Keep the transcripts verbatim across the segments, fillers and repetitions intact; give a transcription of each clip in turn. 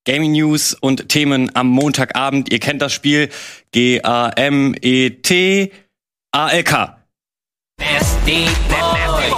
Gaming News und Themen am Montagabend. Ihr kennt das Spiel G A M E T A L K. Nasty Boy.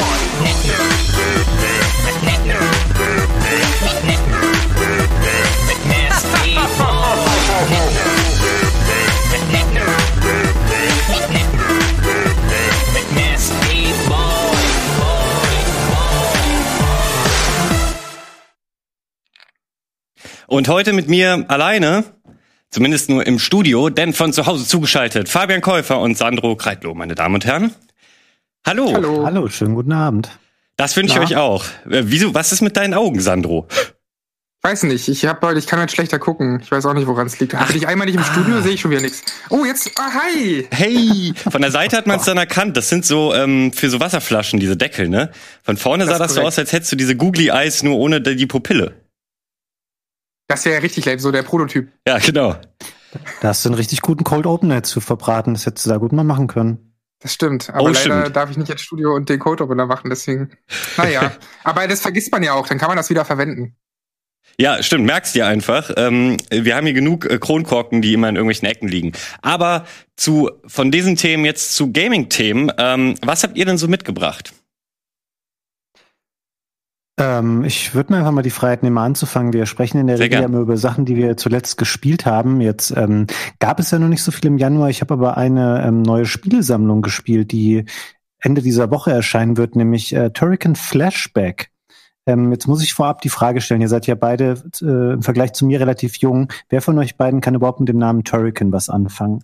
Und heute mit mir alleine, zumindest nur im Studio, denn von zu Hause zugeschaltet, Fabian Käufer und Sandro Kreitloh, meine Damen und Herren. Hallo. Hallo. Hallo, schönen guten Abend. Das wünsche ich euch auch. Äh, wieso, was ist mit deinen Augen, Sandro? Weiß nicht, ich hab heute, ich kann heute schlechter gucken. Ich weiß auch nicht, woran es liegt. Bin ich einmal nicht im Studio, ah. sehe ich schon wieder nichts. Oh, jetzt, ah, hi! Hey! Von der Seite hat man es dann erkannt. Das sind so ähm, für so Wasserflaschen, diese Deckel, ne? Von vorne das sah das korrekt. So aus, als hättest du diese Googly Eyes nur ohne die Pupille. Das wäre ja richtig leib, so der Prototyp. Ja, genau. Da hast du einen richtig guten Cold Opener jetzt zu verbraten. Das hättest du da gut mal machen können. Das stimmt, aber oh, leider stimmt. darf ich nicht ins Studio und den Cold Opener machen, deswegen, naja. Aber das vergisst man ja auch, dann kann man das wieder verwenden. Ja, stimmt, merkst dir einfach. Ähm, wir haben hier genug äh, Kronkorken, die immer in irgendwelchen Ecken liegen. Aber zu von diesen Themen jetzt zu Gaming-Themen, ähm, was habt ihr denn so mitgebracht? Ähm, ich würde mir einfach mal die Freiheit nehmen, anzufangen. Wir sprechen in der Sehr Regel gern. immer über Sachen, die wir zuletzt gespielt haben. Jetzt ähm, gab es ja noch nicht so viel im Januar. Ich habe aber eine ähm, neue Spielesammlung gespielt, die Ende dieser Woche erscheinen wird, nämlich äh, Turrican Flashback. Ähm, jetzt muss ich vorab die Frage stellen, ihr seid ja beide äh, im Vergleich zu mir relativ jung. Wer von euch beiden kann überhaupt mit dem Namen Turrican was anfangen?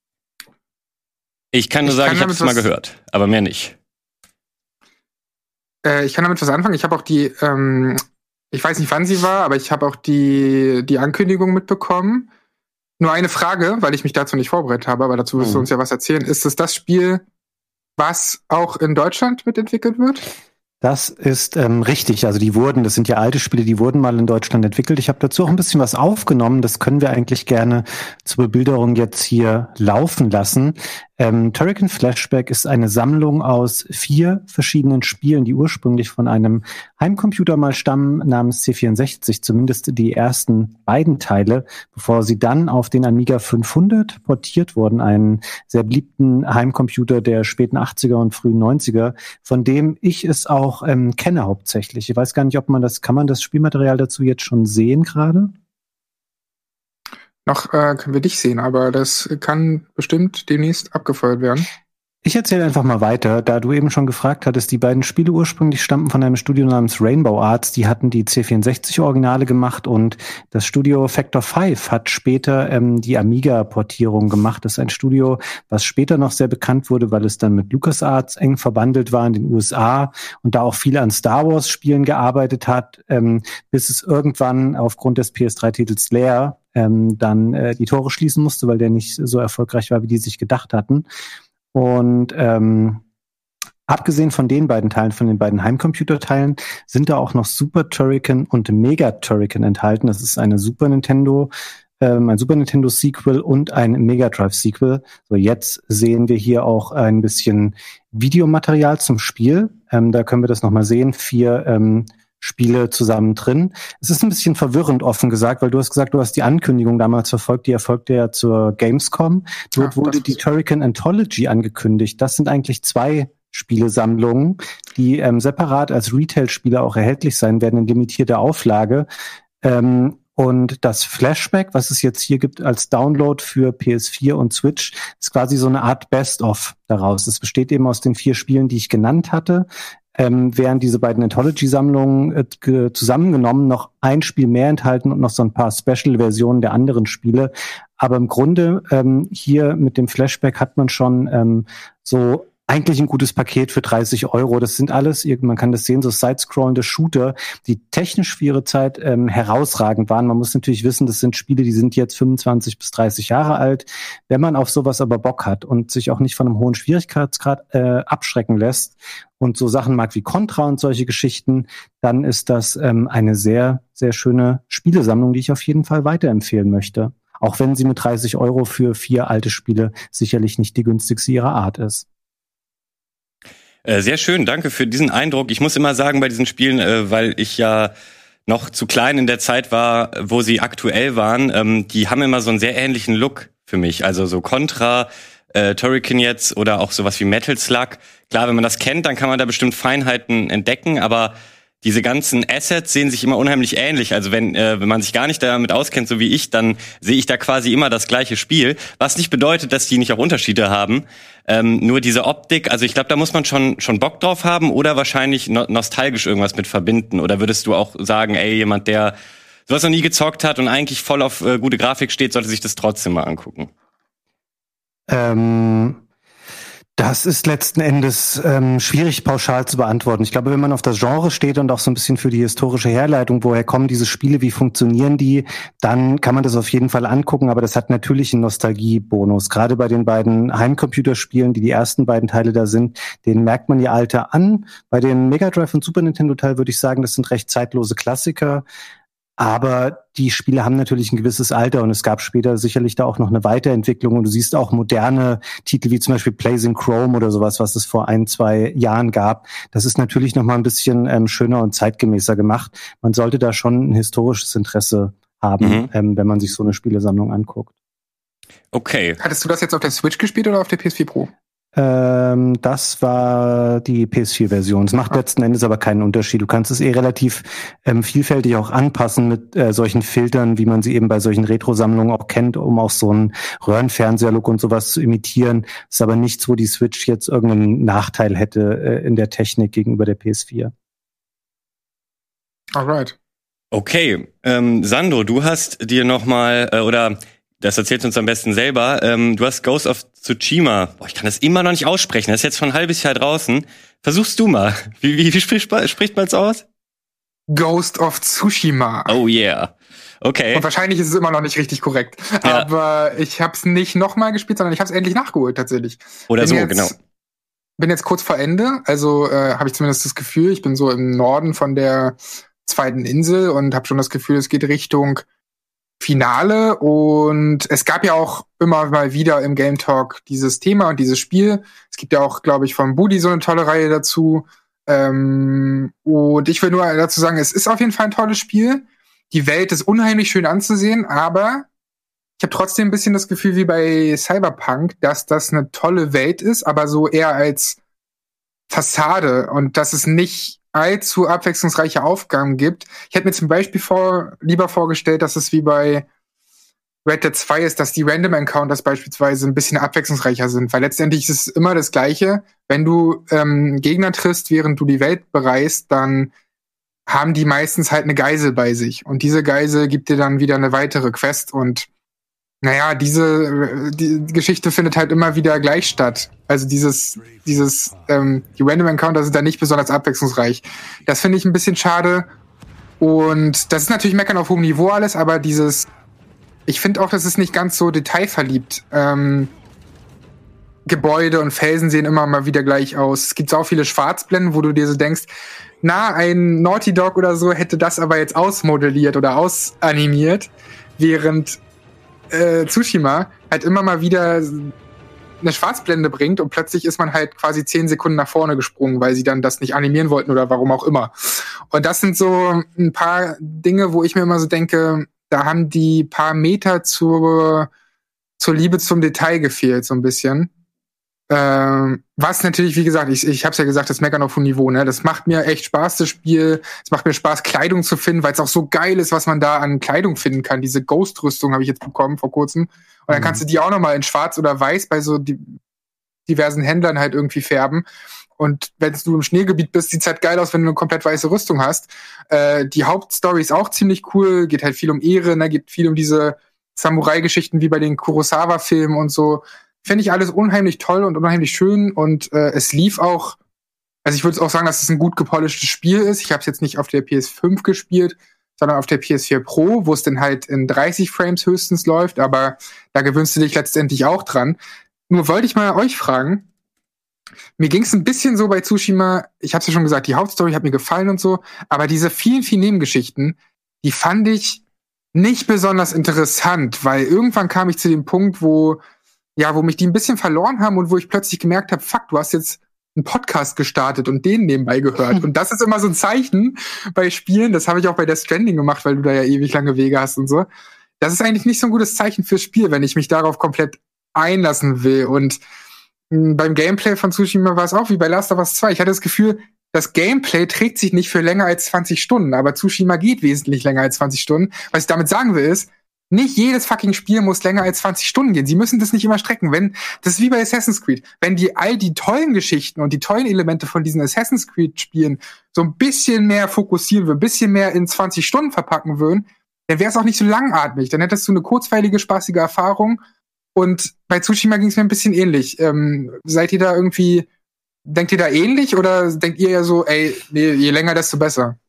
Ich kann nur Ich sagen, kann ich habe es mal damit was- gehört, aber mehr nicht. Äh, ich kann damit was anfangen. Ich habe auch die, ähm, ich weiß nicht, wann sie war, aber ich habe auch die, die Ankündigung mitbekommen. Nur eine Frage, weil ich mich dazu nicht vorbereitet habe, aber dazu wirst du Mhm. uns ja was erzählen. Ist es das Spiel, was auch in Deutschland mitentwickelt wird? Das ist ähm, richtig. Also die wurden, das sind ja alte Spiele, die wurden mal in Deutschland entwickelt. Ich habe dazu auch ein bisschen was aufgenommen. Das können wir eigentlich gerne zur Bebilderung jetzt hier laufen lassen. Ähm, Turrican Flashback ist eine Sammlung aus vier verschiedenen Spielen, die ursprünglich von einem Heimcomputer mal stammen, namens C vierundsechzig, zumindest die ersten beiden Teile, bevor sie dann auf den Amiga fünfhundert portiert wurden, einen sehr beliebten Heimcomputer der späten achtziger und frühen neunziger, von dem ich es auch ähm, kenne hauptsächlich. Ich weiß gar nicht, ob man das, kann man das Spielmaterial dazu jetzt schon sehen gerade? Noch äh, können wir dich sehen, aber das kann bestimmt demnächst abgefeuert werden. Ich erzähle einfach mal weiter, da du eben schon gefragt hattest, die beiden Spiele ursprünglich stammten von einem Studio namens Rainbow Arts, die hatten die C vierundsechzig Originale gemacht und das Studio Factor fünf hat später ähm, die Amiga-Portierung gemacht. Das ist ein Studio, was später noch sehr bekannt wurde, weil es dann mit LucasArts eng verbandelt war in den U S A und da auch viel an Star Wars Spielen gearbeitet hat, ähm, bis es irgendwann aufgrund des P S drei Titels Lair ähm, dann äh, die Tore schließen musste, weil der nicht so erfolgreich war, wie die sich gedacht hatten. Und ähm, abgesehen von den beiden Teilen, von den beiden Heimcomputer-Teilen, sind da auch noch Super Turrican und Mega Turrican enthalten. Das ist eine Super Nintendo, ähm, ein Super Nintendo Sequel und ein Mega Drive Sequel. So, jetzt sehen wir hier auch ein bisschen Videomaterial zum Spiel. Ähm, da können wir das nochmal sehen. Vier ähm, Spiele zusammen drin. Es ist ein bisschen verwirrend, offen gesagt, weil du hast gesagt, du hast die Ankündigung damals verfolgt, die erfolgte ja zur Gamescom. Dort Ach, wurde die Turrican Anthology angekündigt. Das sind eigentlich zwei Spielesammlungen, die ähm, separat als Retail-Spiele auch erhältlich sein werden in limitierter Auflage. Ähm, und das Flashback, was es jetzt hier gibt als Download für P S vier und Switch, ist quasi so eine Art Best-of daraus. Es besteht eben aus den vier Spielen, die ich genannt hatte. Ähm, während diese beiden Anthology-Sammlungen äh, ge- zusammengenommen noch ein Spiel mehr enthalten und noch so ein paar Special-Versionen der anderen Spiele. Aber im Grunde ähm, hier mit dem Flashback hat man schon ähm, so eigentlich ein gutes Paket für dreißig Euro. Das sind alles, man kann das sehen, so side-scrollende Shooter, die technisch für ihre Zeit ähm, herausragend waren. Man muss natürlich wissen, das sind Spiele, die sind jetzt fünfundzwanzig bis dreißig Jahre alt. Wenn man auf sowas aber Bock hat und sich auch nicht von einem hohen Schwierigkeitsgrad äh, abschrecken lässt und so Sachen mag wie Contra und solche Geschichten, dann ist das ähm, eine sehr, sehr schöne Spielesammlung, die ich auf jeden Fall weiterempfehlen möchte. Auch wenn sie mit dreißig Euro für vier alte Spiele sicherlich nicht die günstigste ihrer Art ist. Äh, sehr schön, danke für diesen Eindruck. Ich muss immer sagen bei diesen Spielen, äh, weil ich ja noch zu klein in der Zeit war, wo sie aktuell waren, ähm, die haben immer so einen sehr ähnlichen Look für mich. Also so Contra, äh, Turrican jetzt oder auch sowas wie Metal Slug. Klar, wenn man das kennt, dann kann man da bestimmt Feinheiten entdecken, aber diese ganzen Assets sehen sich immer unheimlich ähnlich. Also wenn äh, wenn man sich gar nicht damit auskennt, so wie ich, dann sehe ich da quasi immer das gleiche Spiel. Was nicht bedeutet, dass die nicht auch Unterschiede haben. Ähm, nur diese Optik, also ich glaube, da muss man schon schon Bock drauf haben oder wahrscheinlich no- nostalgisch irgendwas mit verbinden. Oder würdest du auch sagen, ey, jemand, der sowas noch nie gezockt hat und eigentlich voll auf äh, gute Grafik steht, sollte sich das trotzdem mal angucken? Ähm, das ist letzten Endes ähm, schwierig pauschal zu beantworten. Ich glaube, wenn man auf das Genre steht und auch so ein bisschen für die historische Herleitung, woher kommen diese Spiele, wie funktionieren die, dann kann man das auf jeden Fall angucken, aber das hat natürlich einen Nostalgiebonus. Gerade bei den beiden Heimcomputerspielen, die die ersten beiden Teile da sind, denen merkt man ihr Alter an. Bei den Mega Drive und Super Nintendo Teil würde ich sagen, das sind recht zeitlose Klassiker. Aber die Spiele haben natürlich ein gewisses Alter und es gab später sicherlich da auch noch eine Weiterentwicklung und du siehst auch moderne Titel wie zum Beispiel Plays in Chrome oder sowas, was es vor ein, zwei Jahren gab. Das ist natürlich noch mal ein bisschen ähm, schöner und zeitgemäßer gemacht. Man sollte da schon ein historisches Interesse haben, mhm. ähm, wenn man sich so eine Spielesammlung anguckt. Okay. Hattest du das jetzt auf der Switch gespielt oder auf der P S vier Pro? Ähm, das war die P S vier Version. Es macht letzten Endes aber keinen Unterschied. Du kannst es eh relativ ähm, vielfältig auch anpassen mit äh, solchen Filtern, wie man sie eben bei solchen Retro-Sammlungen auch kennt, um auch so einen Röhrenfernseher-Look und sowas zu imitieren. Ist aber nichts, wo die Switch jetzt irgendeinen Nachteil hätte äh, in der Technik gegenüber der P S vier. Alright. Okay, ähm, Sandro, du hast dir noch mal äh, oder das erzählst du uns am besten selber. Ähm, du hast Ghost of Tsushima. Boah, ich kann das immer noch nicht aussprechen. Das ist jetzt schon ein halbes Jahr draußen. Versuchst du mal. Wie, wie, wie spricht, spricht man es aus? Ghost of Tsushima. Oh yeah. Okay. Und wahrscheinlich ist es immer noch nicht richtig korrekt. Ja. Aber ich habe es nicht nochmal gespielt, sondern ich habe es endlich nachgeholt tatsächlich. Oder bin so, jetzt, genau. Bin jetzt kurz vor Ende. Also äh, habe ich zumindest das Gefühl, ich bin so im Norden von der zweiten Insel und habe schon das Gefühl, es geht Richtung Finale, und es gab ja auch immer mal wieder im Game Talk dieses Thema und dieses Spiel. Es gibt ja auch, glaube ich, von Budi so eine tolle Reihe dazu. Ähm, und ich will nur dazu sagen, es ist auf jeden Fall ein tolles Spiel. Die Welt ist unheimlich schön anzusehen, aber ich habe trotzdem ein bisschen das Gefühl wie bei Cyberpunk, dass das eine tolle Welt ist, aber so eher als Fassade und dass es nicht allzu abwechslungsreiche Aufgaben gibt. Ich hätte mir zum Beispiel vor, lieber vorgestellt, dass es wie bei Red Dead zwei ist, dass die Random Encounters beispielsweise ein bisschen abwechslungsreicher sind, weil letztendlich ist es immer das Gleiche. Wenn du ähm, Gegner triffst, während du die Welt bereist, dann haben die meistens halt eine Geisel bei sich. Und diese Geisel gibt dir dann wieder eine weitere Quest und naja, diese die Geschichte findet halt immer wieder gleich statt. Also dieses, dieses, ähm, die Random Encounter sind da nicht besonders abwechslungsreich. Das finde ich ein bisschen schade. Und das ist natürlich Meckern auf hohem Niveau alles, aber dieses, ich finde auch, das ist nicht ganz so detailverliebt. Ähm, Gebäude und Felsen sehen immer mal wieder gleich aus. Es gibt auch viele Schwarzblenden, wo du dir so denkst, na, ein Naughty Dog oder so hätte das aber jetzt ausmodelliert oder ausanimiert, während Äh, Tsushima halt immer mal wieder eine Schwarzblende bringt und plötzlich ist man halt quasi zehn Sekunden nach vorne gesprungen, weil sie dann das nicht animieren wollten oder warum auch immer. Und das sind so ein paar Dinge, wo ich mir immer so denke, da haben die paar Meter zur, zur Liebe zum Detail gefehlt, so ein bisschen. Ähm, was natürlich, wie gesagt, ich, ich habe es ja gesagt, das Meckern auf hohem Niveau, ne? Das macht mir echt Spaß, das Spiel. Es macht mir Spaß, Kleidung zu finden, weil es auch so geil ist, was man da an Kleidung finden kann. Diese Ghost-Rüstung habe ich jetzt bekommen vor kurzem. Und dann mhm. kannst du die auch nochmal in schwarz oder weiß bei so di- diversen Händlern halt irgendwie färben. Und wenn du im Schneegebiet bist, sieht's halt geil aus, wenn du eine komplett weiße Rüstung hast. Äh, die Hauptstory ist auch ziemlich cool, geht halt viel um Ehre, ne? Geht viel um diese Samurai-Geschichten wie bei den Kurosawa-Filmen und so. Finde ich alles unheimlich toll und unheimlich schön und äh, es lief auch, also ich würde auch sagen, dass es ein gut gepolischtes Spiel ist. Ich habe es jetzt nicht auf der P S fünf gespielt, sondern auf der P S vier Pro, wo es dann halt in dreißig Frames höchstens läuft, aber da gewöhnst du dich letztendlich auch dran. Nur wollte ich mal euch fragen, mir ging es ein bisschen so bei Tsushima, ich habe es ja schon gesagt, die Hauptstory hat mir gefallen und so, aber diese vielen, vielen Nebengeschichten, die fand ich nicht besonders interessant, weil irgendwann kam ich zu dem Punkt, wo ja, wo mich die ein bisschen verloren haben und wo ich plötzlich gemerkt habe, fuck, du hast jetzt einen Podcast gestartet und den nebenbei gehört. Und das ist immer so ein Zeichen bei Spielen, das habe ich auch bei Death Stranding gemacht, weil du da ja ewig lange Wege hast und so. Das ist eigentlich nicht so ein gutes Zeichen fürs Spiel, wenn ich mich darauf komplett einlassen will. Und mh, beim Gameplay von Tsushima war es auch wie bei Last of Us zwei. Ich hatte das Gefühl, das Gameplay trägt sich nicht für länger als zwanzig Stunden, aber Tsushima geht wesentlich länger als zwanzig Stunden. Was ich damit sagen will ist, nicht jedes fucking Spiel muss länger als zwanzig Stunden gehen. Sie müssen das nicht immer strecken. Wenn, das ist wie bei Assassin's Creed. Wenn die all die tollen Geschichten und die tollen Elemente von diesen Assassin's Creed Spielen so ein bisschen mehr fokussieren würden, ein bisschen mehr in zwanzig Stunden verpacken würden, dann wäre es auch nicht so langatmig. Dann hättest du eine kurzweilige, spaßige Erfahrung. Und bei Tsushima ging es mir ein bisschen ähnlich. Ähm, seid ihr da irgendwie, denkt ihr da ähnlich oder denkt ihr ja so, ey, nee, je länger, desto besser?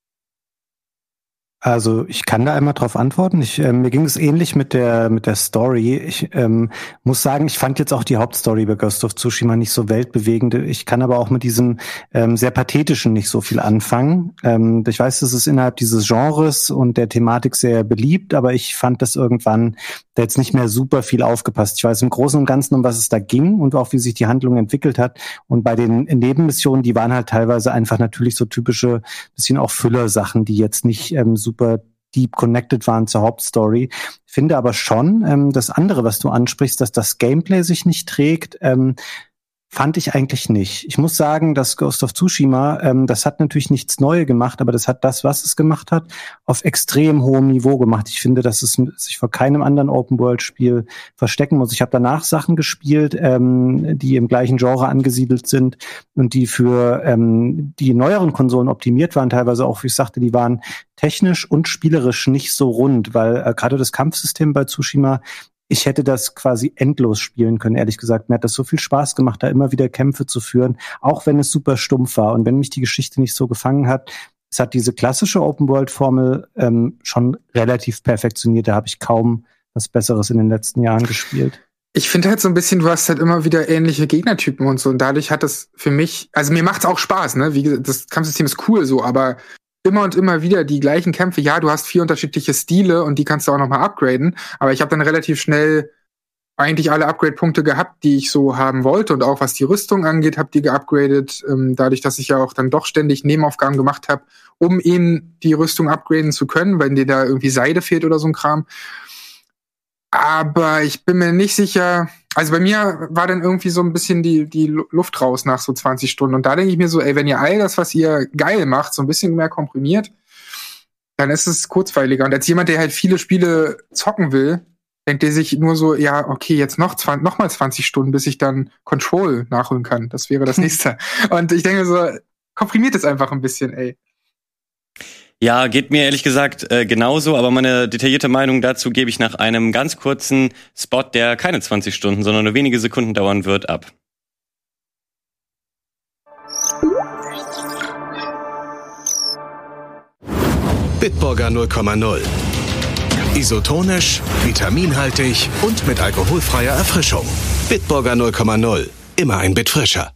Also ich kann da einmal drauf antworten. Ich, äh, mir ging es ähnlich mit der mit der Story. Ich ähm, muss sagen, ich fand jetzt auch die Hauptstory bei Ghost of Tsushima nicht so weltbewegend. Ich kann aber auch mit diesem ähm, sehr pathetischen nicht so viel anfangen. Ähm, ich weiß, das ist innerhalb dieses Genres und der Thematik sehr beliebt, aber ich fand das irgendwann da jetzt nicht mehr super viel aufgepasst. Ich weiß im Großen und Ganzen, um was es da ging und auch wie sich die Handlung entwickelt hat. Und bei den Nebenmissionen, die waren halt teilweise einfach natürlich so typische, bisschen auch Füllersachen, die jetzt nicht ähm, super deep connected waren zur Hauptstory. Ich finde aber schon, ähm, das andere, was du ansprichst, dass das Gameplay sich nicht trägt, ähm, fand ich eigentlich nicht. Ich muss sagen, dass Ghost of Tsushima, ähm, das hat natürlich nichts Neues gemacht, aber das hat das, was es gemacht hat, auf extrem hohem Niveau gemacht. Ich finde, dass es sich vor keinem anderen Open-World-Spiel verstecken muss. Ich habe danach Sachen gespielt, ähm, die im gleichen Genre angesiedelt sind und die für ähm, die neueren Konsolen optimiert waren, teilweise auch, wie ich sagte, die waren technisch und spielerisch nicht so rund, weil äh, gerade das Kampfsystem bei Tsushima, ich hätte das quasi endlos spielen können, ehrlich gesagt. Mir hat das so viel Spaß gemacht, da immer wieder Kämpfe zu führen, auch wenn es super stumpf war und wenn mich die Geschichte nicht so gefangen hat. Es hat diese klassische Open-World-Formel ähm, schon relativ perfektioniert. Da habe ich kaum was Besseres in den letzten Jahren gespielt. Ich finde halt so ein bisschen, du hast halt immer wieder ähnliche Gegnertypen und so und dadurch hat es für mich, also mir macht's auch Spaß, ne? Wie gesagt, das Kampfsystem ist cool so, aber immer und immer wieder die gleichen Kämpfe. Ja, du hast vier unterschiedliche Stile und die kannst du auch nochmal upgraden. Aber ich habe dann relativ schnell eigentlich alle Upgrade-Punkte gehabt, die ich so haben wollte. Und auch was die Rüstung angeht, habe die geupgradet. Ähm, dadurch, dass ich ja auch dann doch ständig Nebenaufgaben gemacht habe, um eben die Rüstung upgraden zu können, wenn dir da irgendwie Seide fehlt oder so ein Kram. Aber ich bin mir nicht sicher. Also bei mir war dann irgendwie so ein bisschen die die Luft raus nach so zwanzig Stunden. Und da denke ich mir so, ey, wenn ihr all das, was ihr geil macht, so ein bisschen mehr komprimiert, dann ist es kurzweiliger. Und als jemand, der halt viele Spiele zocken will, denkt er sich nur so, ja, okay, jetzt noch zwanzig, noch mal zwanzig Stunden, bis ich dann Control nachholen kann. Das wäre das nächste. Und ich denke so, komprimiert es einfach ein bisschen, ey. Ja, geht mir ehrlich gesagt äh, genauso, aber meine detaillierte Meinung dazu gebe ich nach einem ganz kurzen Spot, der keine zwanzig Stunden, sondern nur wenige Sekunden dauern wird, ab. Bitburger null Komma null. Isotonisch, vitaminhaltig und mit alkoholfreier Erfrischung. Bitburger null Komma null. Immer ein Bit frischer.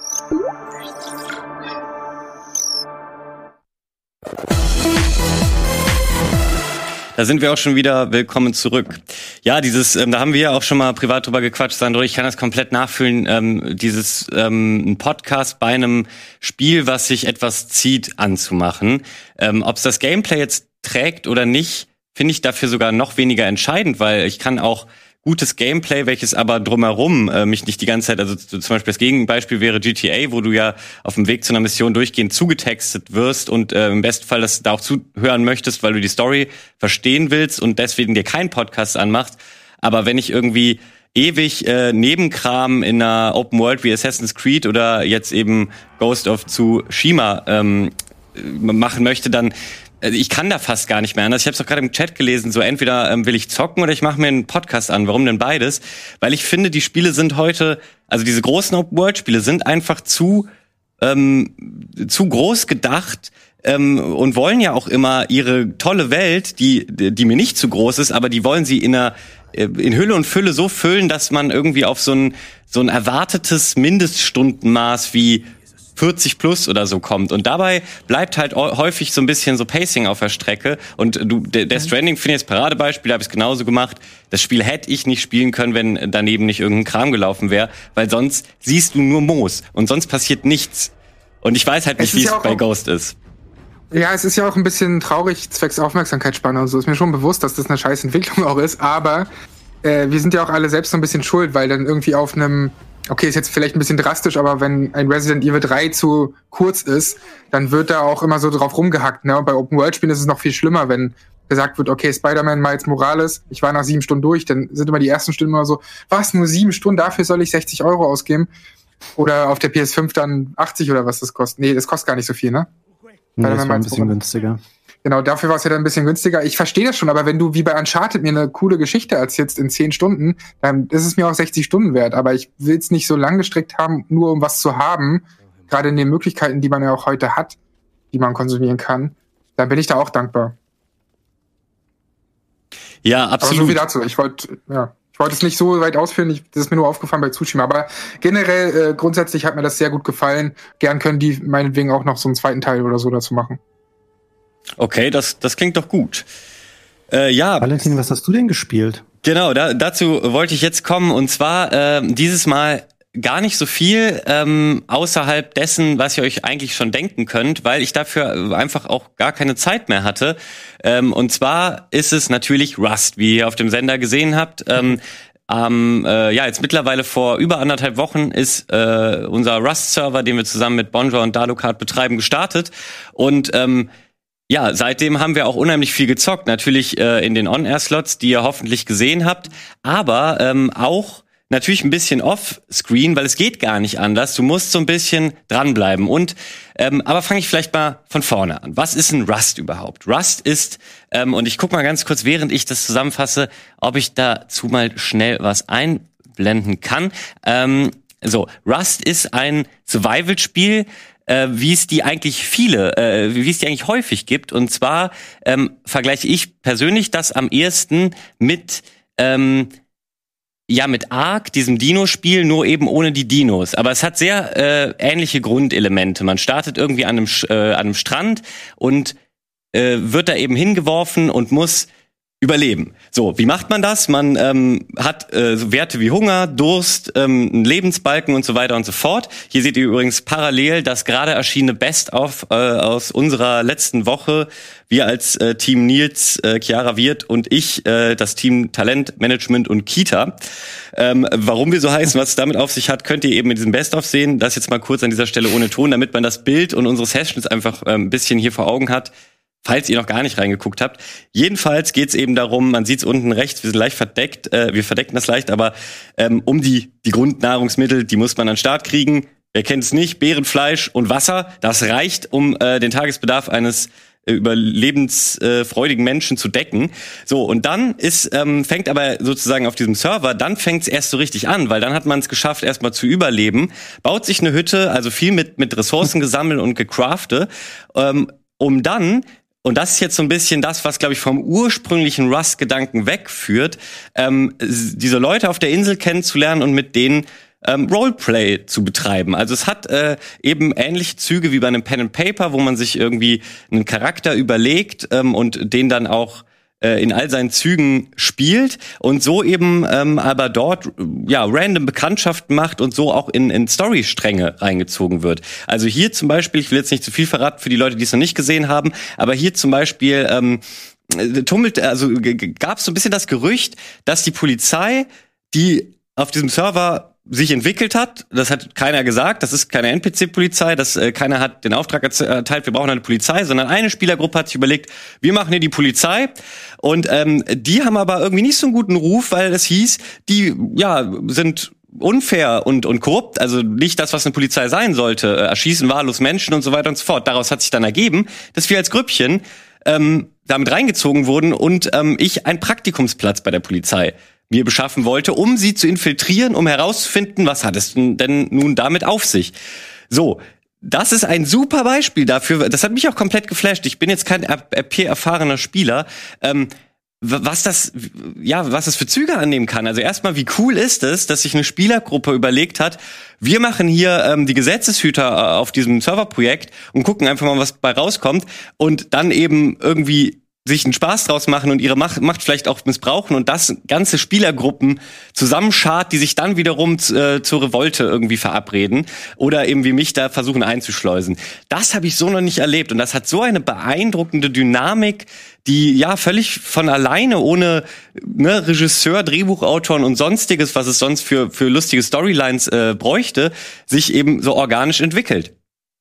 Da sind wir auch schon wieder. Willkommen zurück. Ja, dieses, ähm, da haben wir ja auch schon mal privat drüber gequatscht, Sandro. Ich kann das komplett nachfühlen. Ähm, dieses ähm, ein Podcast bei einem Spiel, was sich etwas zieht, anzumachen. Ähm, Ob es das Gameplay jetzt trägt oder nicht, finde ich dafür sogar noch weniger entscheidend, weil ich kann auch gutes Gameplay, welches aber drumherum äh, mich nicht die ganze Zeit, also zum Beispiel das Gegenbeispiel wäre G T A, wo du ja auf dem Weg zu einer Mission durchgehend zugetextet wirst und äh, im besten Fall das da auch zuhören möchtest, weil du die Story verstehen willst und deswegen dir keinen Podcast anmachst. Aber wenn ich irgendwie ewig äh, Nebenkram in einer Open World wie Assassin's Creed oder jetzt eben Ghost of Tsushima ähm, machen möchte, dann ich kann da fast gar nicht mehr anders. Ich habe es doch gerade im Chat gelesen, so entweder ähm, will ich zocken oder ich mache mir einen Podcast an. Warum denn beides? Weil ich finde, die Spiele sind heute, also diese großen Open-World-Spiele sind einfach zu ähm, zu groß gedacht ähm, und wollen ja auch immer ihre tolle Welt, die die mir nicht zu groß ist, aber die wollen sie in einer in Hülle und Fülle so füllen, dass man irgendwie auf so ein so ein erwartetes Mindeststundenmaß wie vierzig plus oder so kommt. Und dabei bleibt halt häufig so ein bisschen so Pacing auf der Strecke. Und du, der, der Stranding finde ich als Paradebeispiel, da habe ich es genauso gemacht. Das Spiel hätte ich nicht spielen können, wenn daneben nicht irgendein Kram gelaufen wäre, weil sonst siehst du nur Moos und sonst passiert nichts. Und ich weiß halt nicht, wie es bei Ghost ist. Ja, es ist ja auch ein bisschen traurig, zwecks Aufmerksamkeitsspanne und so. Ist mir schon bewusst, dass das eine scheiß Entwicklung auch ist, aber äh, wir sind ja auch alle selbst so ein bisschen schuld, weil dann irgendwie auf einem, okay, ist jetzt vielleicht ein bisschen drastisch, aber wenn ein Resident Evil drei zu kurz ist, dann wird da auch immer so drauf rumgehackt, ne? Und bei Open-World-Spielen ist es noch viel schlimmer, wenn gesagt wird, okay, Spider-Man Miles Morales, ich war nach sieben Stunden durch, dann sind immer die ersten Stunden immer so, was, nur sieben Stunden, dafür soll ich sechzig Euro ausgeben? Oder auf der P S fünf dann achtzig oder was das kostet. Nee, das kostet gar nicht so viel, ne? Nee, das war ein bisschen günstiger. Genau, dafür war es ja dann ein bisschen günstiger. Ich verstehe das schon, aber wenn du wie bei Uncharted mir eine coole Geschichte erzählst in zehn Stunden, dann ist es mir auch sechzig Stunden wert. Aber ich will es nicht so lang gestreckt haben, nur um was zu haben. Gerade in den Möglichkeiten, die man ja auch heute hat, die man konsumieren kann. Dann bin ich da auch dankbar. Ja, absolut. Aber so viel dazu. Ich wollte, ja. Ich wollte es nicht so weit ausführen, ich, das ist mir nur aufgefallen bei Tsushima, aber generell, äh, grundsätzlich hat mir das sehr gut gefallen. Gern können die meinetwegen auch noch so einen zweiten Teil oder so dazu machen. Okay, das, das klingt doch gut. Äh, ja. Valentin, was hast du denn gespielt? Genau, da, dazu wollte ich jetzt kommen und zwar äh, dieses Mal gar nicht so viel ähm, außerhalb dessen, was ihr euch eigentlich schon denken könnt, weil ich dafür einfach auch gar keine Zeit mehr hatte. Ähm, und zwar ist es natürlich Rust, wie ihr auf dem Sender gesehen habt. Ähm, ähm, äh, ja, jetzt mittlerweile vor über anderthalb Wochen ist äh, unser Rust-Server, den wir zusammen mit Bonjour und Dalukart betreiben, gestartet. Und ähm, ja, seitdem haben wir auch unheimlich viel gezockt. Natürlich äh, in den On-Air-Slots, die ihr hoffentlich gesehen habt, aber ähm, auch natürlich ein bisschen off-screen, weil es geht gar nicht anders. Du musst so ein bisschen dranbleiben. Und ähm, aber fange ich vielleicht mal von vorne an. Was ist ein Rust überhaupt? Rust ist, ähm, und ich guck mal ganz kurz, während ich das zusammenfasse, ob ich dazu mal schnell was einblenden kann. Ähm, so, Rust ist ein Survival-Spiel, äh, wie es die eigentlich viele, äh, wie es die eigentlich häufig gibt. Und zwar ähm, vergleiche ich persönlich das am ehesten mit ähm, Ja, mit Ark, diesem Dino-Spiel, nur eben ohne die Dinos. Aber es hat sehr äh, ähnliche Grundelemente. Man startet irgendwie an einem, äh, an einem Strand und äh, wird da eben hingeworfen und muss überleben. So, wie macht man das? Man ähm, hat äh, so Werte wie Hunger, Durst, ähm, einen Lebensbalken und so weiter und so fort. Hier seht ihr übrigens parallel das gerade erschienene Best-of äh, aus unserer letzten Woche. Wir als äh, Team Nils, äh, Chiara Wirth und ich, äh, das Team Talent, Management und Kita. Ähm, warum wir so heißen, was es damit auf sich hat, könnt ihr eben in diesem Best-of sehen. Das jetzt mal kurz an dieser Stelle ohne Ton, damit man das Bild und unsere Sessions einfach äh, ein bisschen hier vor Augen hat, falls ihr noch gar nicht reingeguckt habt. Jedenfalls geht's eben darum, man sieht's unten rechts, wir sind leicht verdeckt, äh, wir verdecken das leicht, aber ähm, um die die Grundnahrungsmittel, die muss man an den Start kriegen. Wer kennt es nicht? Beeren, Fleisch und Wasser. Das reicht, um äh, den Tagesbedarf eines äh, überlebensfreudigen Menschen zu decken. So, und dann ist ähm, fängt aber sozusagen auf diesem Server, dann fängt's erst so richtig an, weil dann hat man es geschafft, erstmal zu überleben, baut sich eine Hütte, also viel mit mit Ressourcen gesammelt und gecraftet, ähm, um dann, und das ist jetzt so ein bisschen das, was, glaube ich, vom ursprünglichen Rust-Gedanken wegführt, ähm, diese Leute auf der Insel kennenzulernen und mit denen ähm, Roleplay zu betreiben. Also es hat äh, eben ähnliche Züge wie bei einem Pen and Paper, wo man sich irgendwie einen Charakter überlegt ähm, und den dann auch äh, in all seinen Zügen spielt und so eben ähm, aber dort ja random Bekanntschaften macht und so auch in, in Storystränge reingezogen wird. Also hier zum Beispiel, ich will jetzt nicht zu viel verraten für die Leute, die es noch nicht gesehen haben, aber hier zum Beispiel ähm, tummelt, also gab es so ein bisschen das Gerücht, dass die Polizei, die auf diesem Server sich entwickelt hat, das hat keiner gesagt, das ist keine N P C-Polizei, das äh, keiner hat den Auftrag erteilt, wir brauchen eine Polizei, sondern eine Spielergruppe hat sich überlegt, wir machen hier die Polizei und ähm, die haben aber irgendwie nicht so einen guten Ruf, weil es hieß, die ja sind unfair und und korrupt, also nicht das, was eine Polizei sein sollte, äh, erschießen wahllos Menschen und so weiter und so fort. Daraus hat sich dann ergeben, dass wir als Grüppchen ähm, damit reingezogen wurden und ähm, ich einen Praktikumsplatz bei der Polizei mir beschaffen wollte, um sie zu infiltrieren, um herauszufinden, was hat es denn nun damit auf sich. So, das ist ein super Beispiel dafür. Das hat mich auch komplett geflasht. Ich bin jetzt kein R P erfahrener Spieler. Ähm, was das, ja, was das für Züge annehmen kann. Also erstmal, wie cool ist es, dass sich eine Spielergruppe überlegt hat, wir machen hier ähm, die Gesetzeshüter äh, auf diesem Serverprojekt und gucken einfach mal, was bei rauskommt und dann eben irgendwie sich einen Spaß draus machen und ihre Macht, Macht vielleicht auch missbrauchen und das ganze Spielergruppen zusammenschart, die sich dann wiederum äh, zur Revolte irgendwie verabreden oder eben wie mich da versuchen einzuschleusen. Das habe ich so noch nicht erlebt und das hat so eine beeindruckende Dynamik, die ja völlig von alleine, ohne ne, Regisseur, Drehbuchautoren und sonstiges, was es sonst für für lustige Storylines äh, bräuchte, sich eben so organisch entwickelt.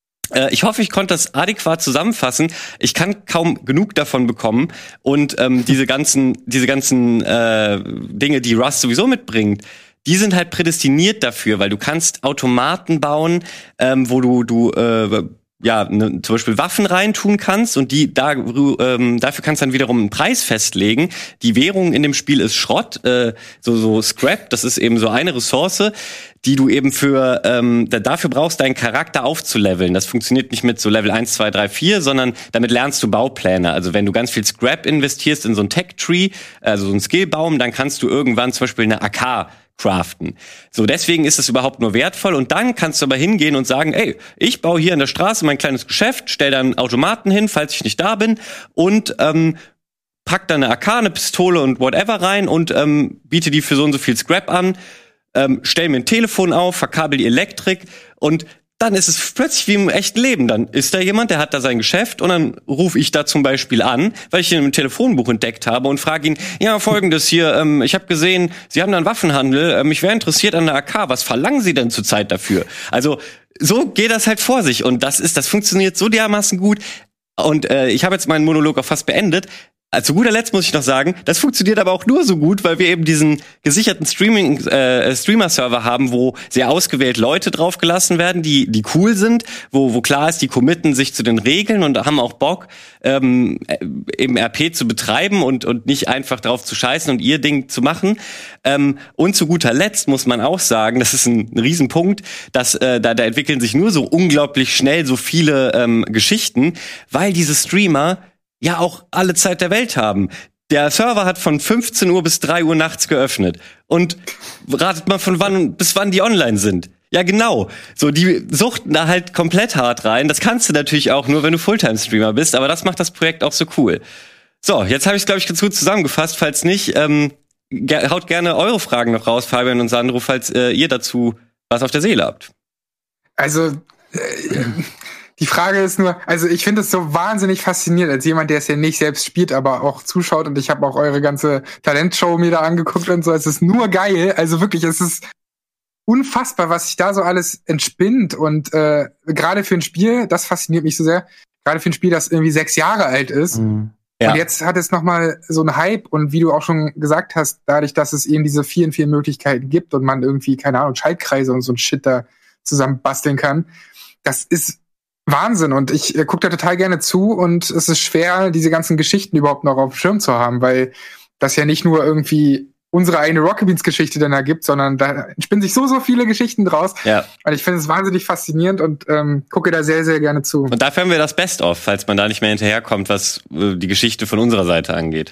Ich hoffe, ich konnte das adäquat zusammenfassen. Ich kann kaum genug davon bekommen und ähm, diese ganzen, diese ganzen äh, Dinge, die Rust sowieso mitbringt, die sind halt prädestiniert dafür, weil du kannst Automaten bauen, ähm, wo du du äh, ja ne, zum Beispiel Waffen reintun kannst und die da ähm, dafür kannst du dann wiederum einen Preis festlegen. Die Währung in dem Spiel ist Schrott, äh, so so Scrap. Das ist eben so eine Ressource, die du eben für ähm, dafür brauchst, deinen Charakter aufzuleveln. Das funktioniert nicht mit so Level eins, zwei, drei, vier, sondern damit lernst du Baupläne. Also wenn du ganz viel Scrap investierst in so ein Tech-Tree, also so ein Skillbaum, dann kannst du irgendwann zum Beispiel eine A K craften. So, deswegen ist es überhaupt nur wertvoll und dann kannst du aber hingehen und sagen, ey, ich baue hier an der Straße mein kleines Geschäft, stell da einen Automaten hin, falls ich nicht da bin und ähm, pack da eine A K, eine Pistole und whatever rein und ähm, biete die für so und so viel Scrap an, ähm, stell mir ein Telefon auf, verkabel die Elektrik und dann ist es plötzlich wie im echten Leben. Dann ist da jemand, der hat da sein Geschäft und dann rufe ich da zum Beispiel an, weil ich ihn im Telefonbuch entdeckt habe und frage ihn, ja, folgendes hier, ähm, ich habe gesehen, Sie haben da einen Waffenhandel, ähm, ich wäre interessiert an der A K, was verlangen Sie denn zurzeit dafür? Also so geht das halt vor sich und das ist, das funktioniert so dermaßen gut und äh, ich habe jetzt meinen Monolog auch fast beendet. Zu guter Letzt muss ich noch sagen, das funktioniert aber auch nur so gut, weil wir eben diesen gesicherten Streaming äh, Streamer-Server haben, wo sehr ausgewählt Leute draufgelassen werden, die die cool sind, wo wo klar ist, die committen sich zu den Regeln und haben auch Bock, ähm, eben R P zu betreiben und und nicht einfach drauf zu scheißen und ihr Ding zu machen. Ähm, und zu guter Letzt muss man auch sagen, das ist ein, ein Riesenpunkt, dass äh, da da entwickeln sich nur so unglaublich schnell so viele ähm, Geschichten, weil diese Streamer ja auch alle Zeit der Welt haben. Der Server hat von fünfzehn Uhr bis drei Uhr nachts geöffnet. Und ratet mal, von wann bis wann die online sind. Ja, genau. So, die suchten da halt komplett hart rein. Das kannst du natürlich auch nur, wenn du Fulltime-Streamer bist. Aber das macht das Projekt auch so cool. So, jetzt habe ich es, glaube ich, ganz gut zusammengefasst. Falls nicht, ähm, ge- haut gerne eure Fragen noch raus, Fabian und Sandro, falls äh, ihr dazu was auf der Seele habt. Also, äh, die Frage ist nur, also ich finde es so wahnsinnig faszinierend, als jemand, der es ja nicht selbst spielt, aber auch zuschaut und ich habe auch eure ganze Talentshow mir da angeguckt und so. Es ist nur geil, also wirklich, es ist unfassbar, was sich da so alles entspinnt und äh, gerade für ein Spiel, das fasziniert mich so sehr, gerade für ein Spiel, das irgendwie sechs Jahre alt ist. Mhm. Ja. Und jetzt hat es nochmal so einen Hype und wie du auch schon gesagt hast, dadurch, dass es eben diese vielen, vielen Möglichkeiten gibt und man irgendwie, keine Ahnung, Schaltkreise und so ein Shit da zusammen basteln kann, das ist Wahnsinn und ich äh, gucke da total gerne zu und es ist schwer, diese ganzen Geschichten überhaupt noch auf dem Schirm zu haben, weil das ja nicht nur irgendwie unsere eine Rocket Beans Geschichte dann ergibt, sondern da entspinnen sich so, so viele Geschichten draus. Ja. Und ich finde es wahnsinnig faszinierend und ähm, gucke da sehr, sehr gerne zu. Und dafür haben wir das Best-of, falls man da nicht mehr hinterherkommt, was äh, die Geschichte von unserer Seite angeht.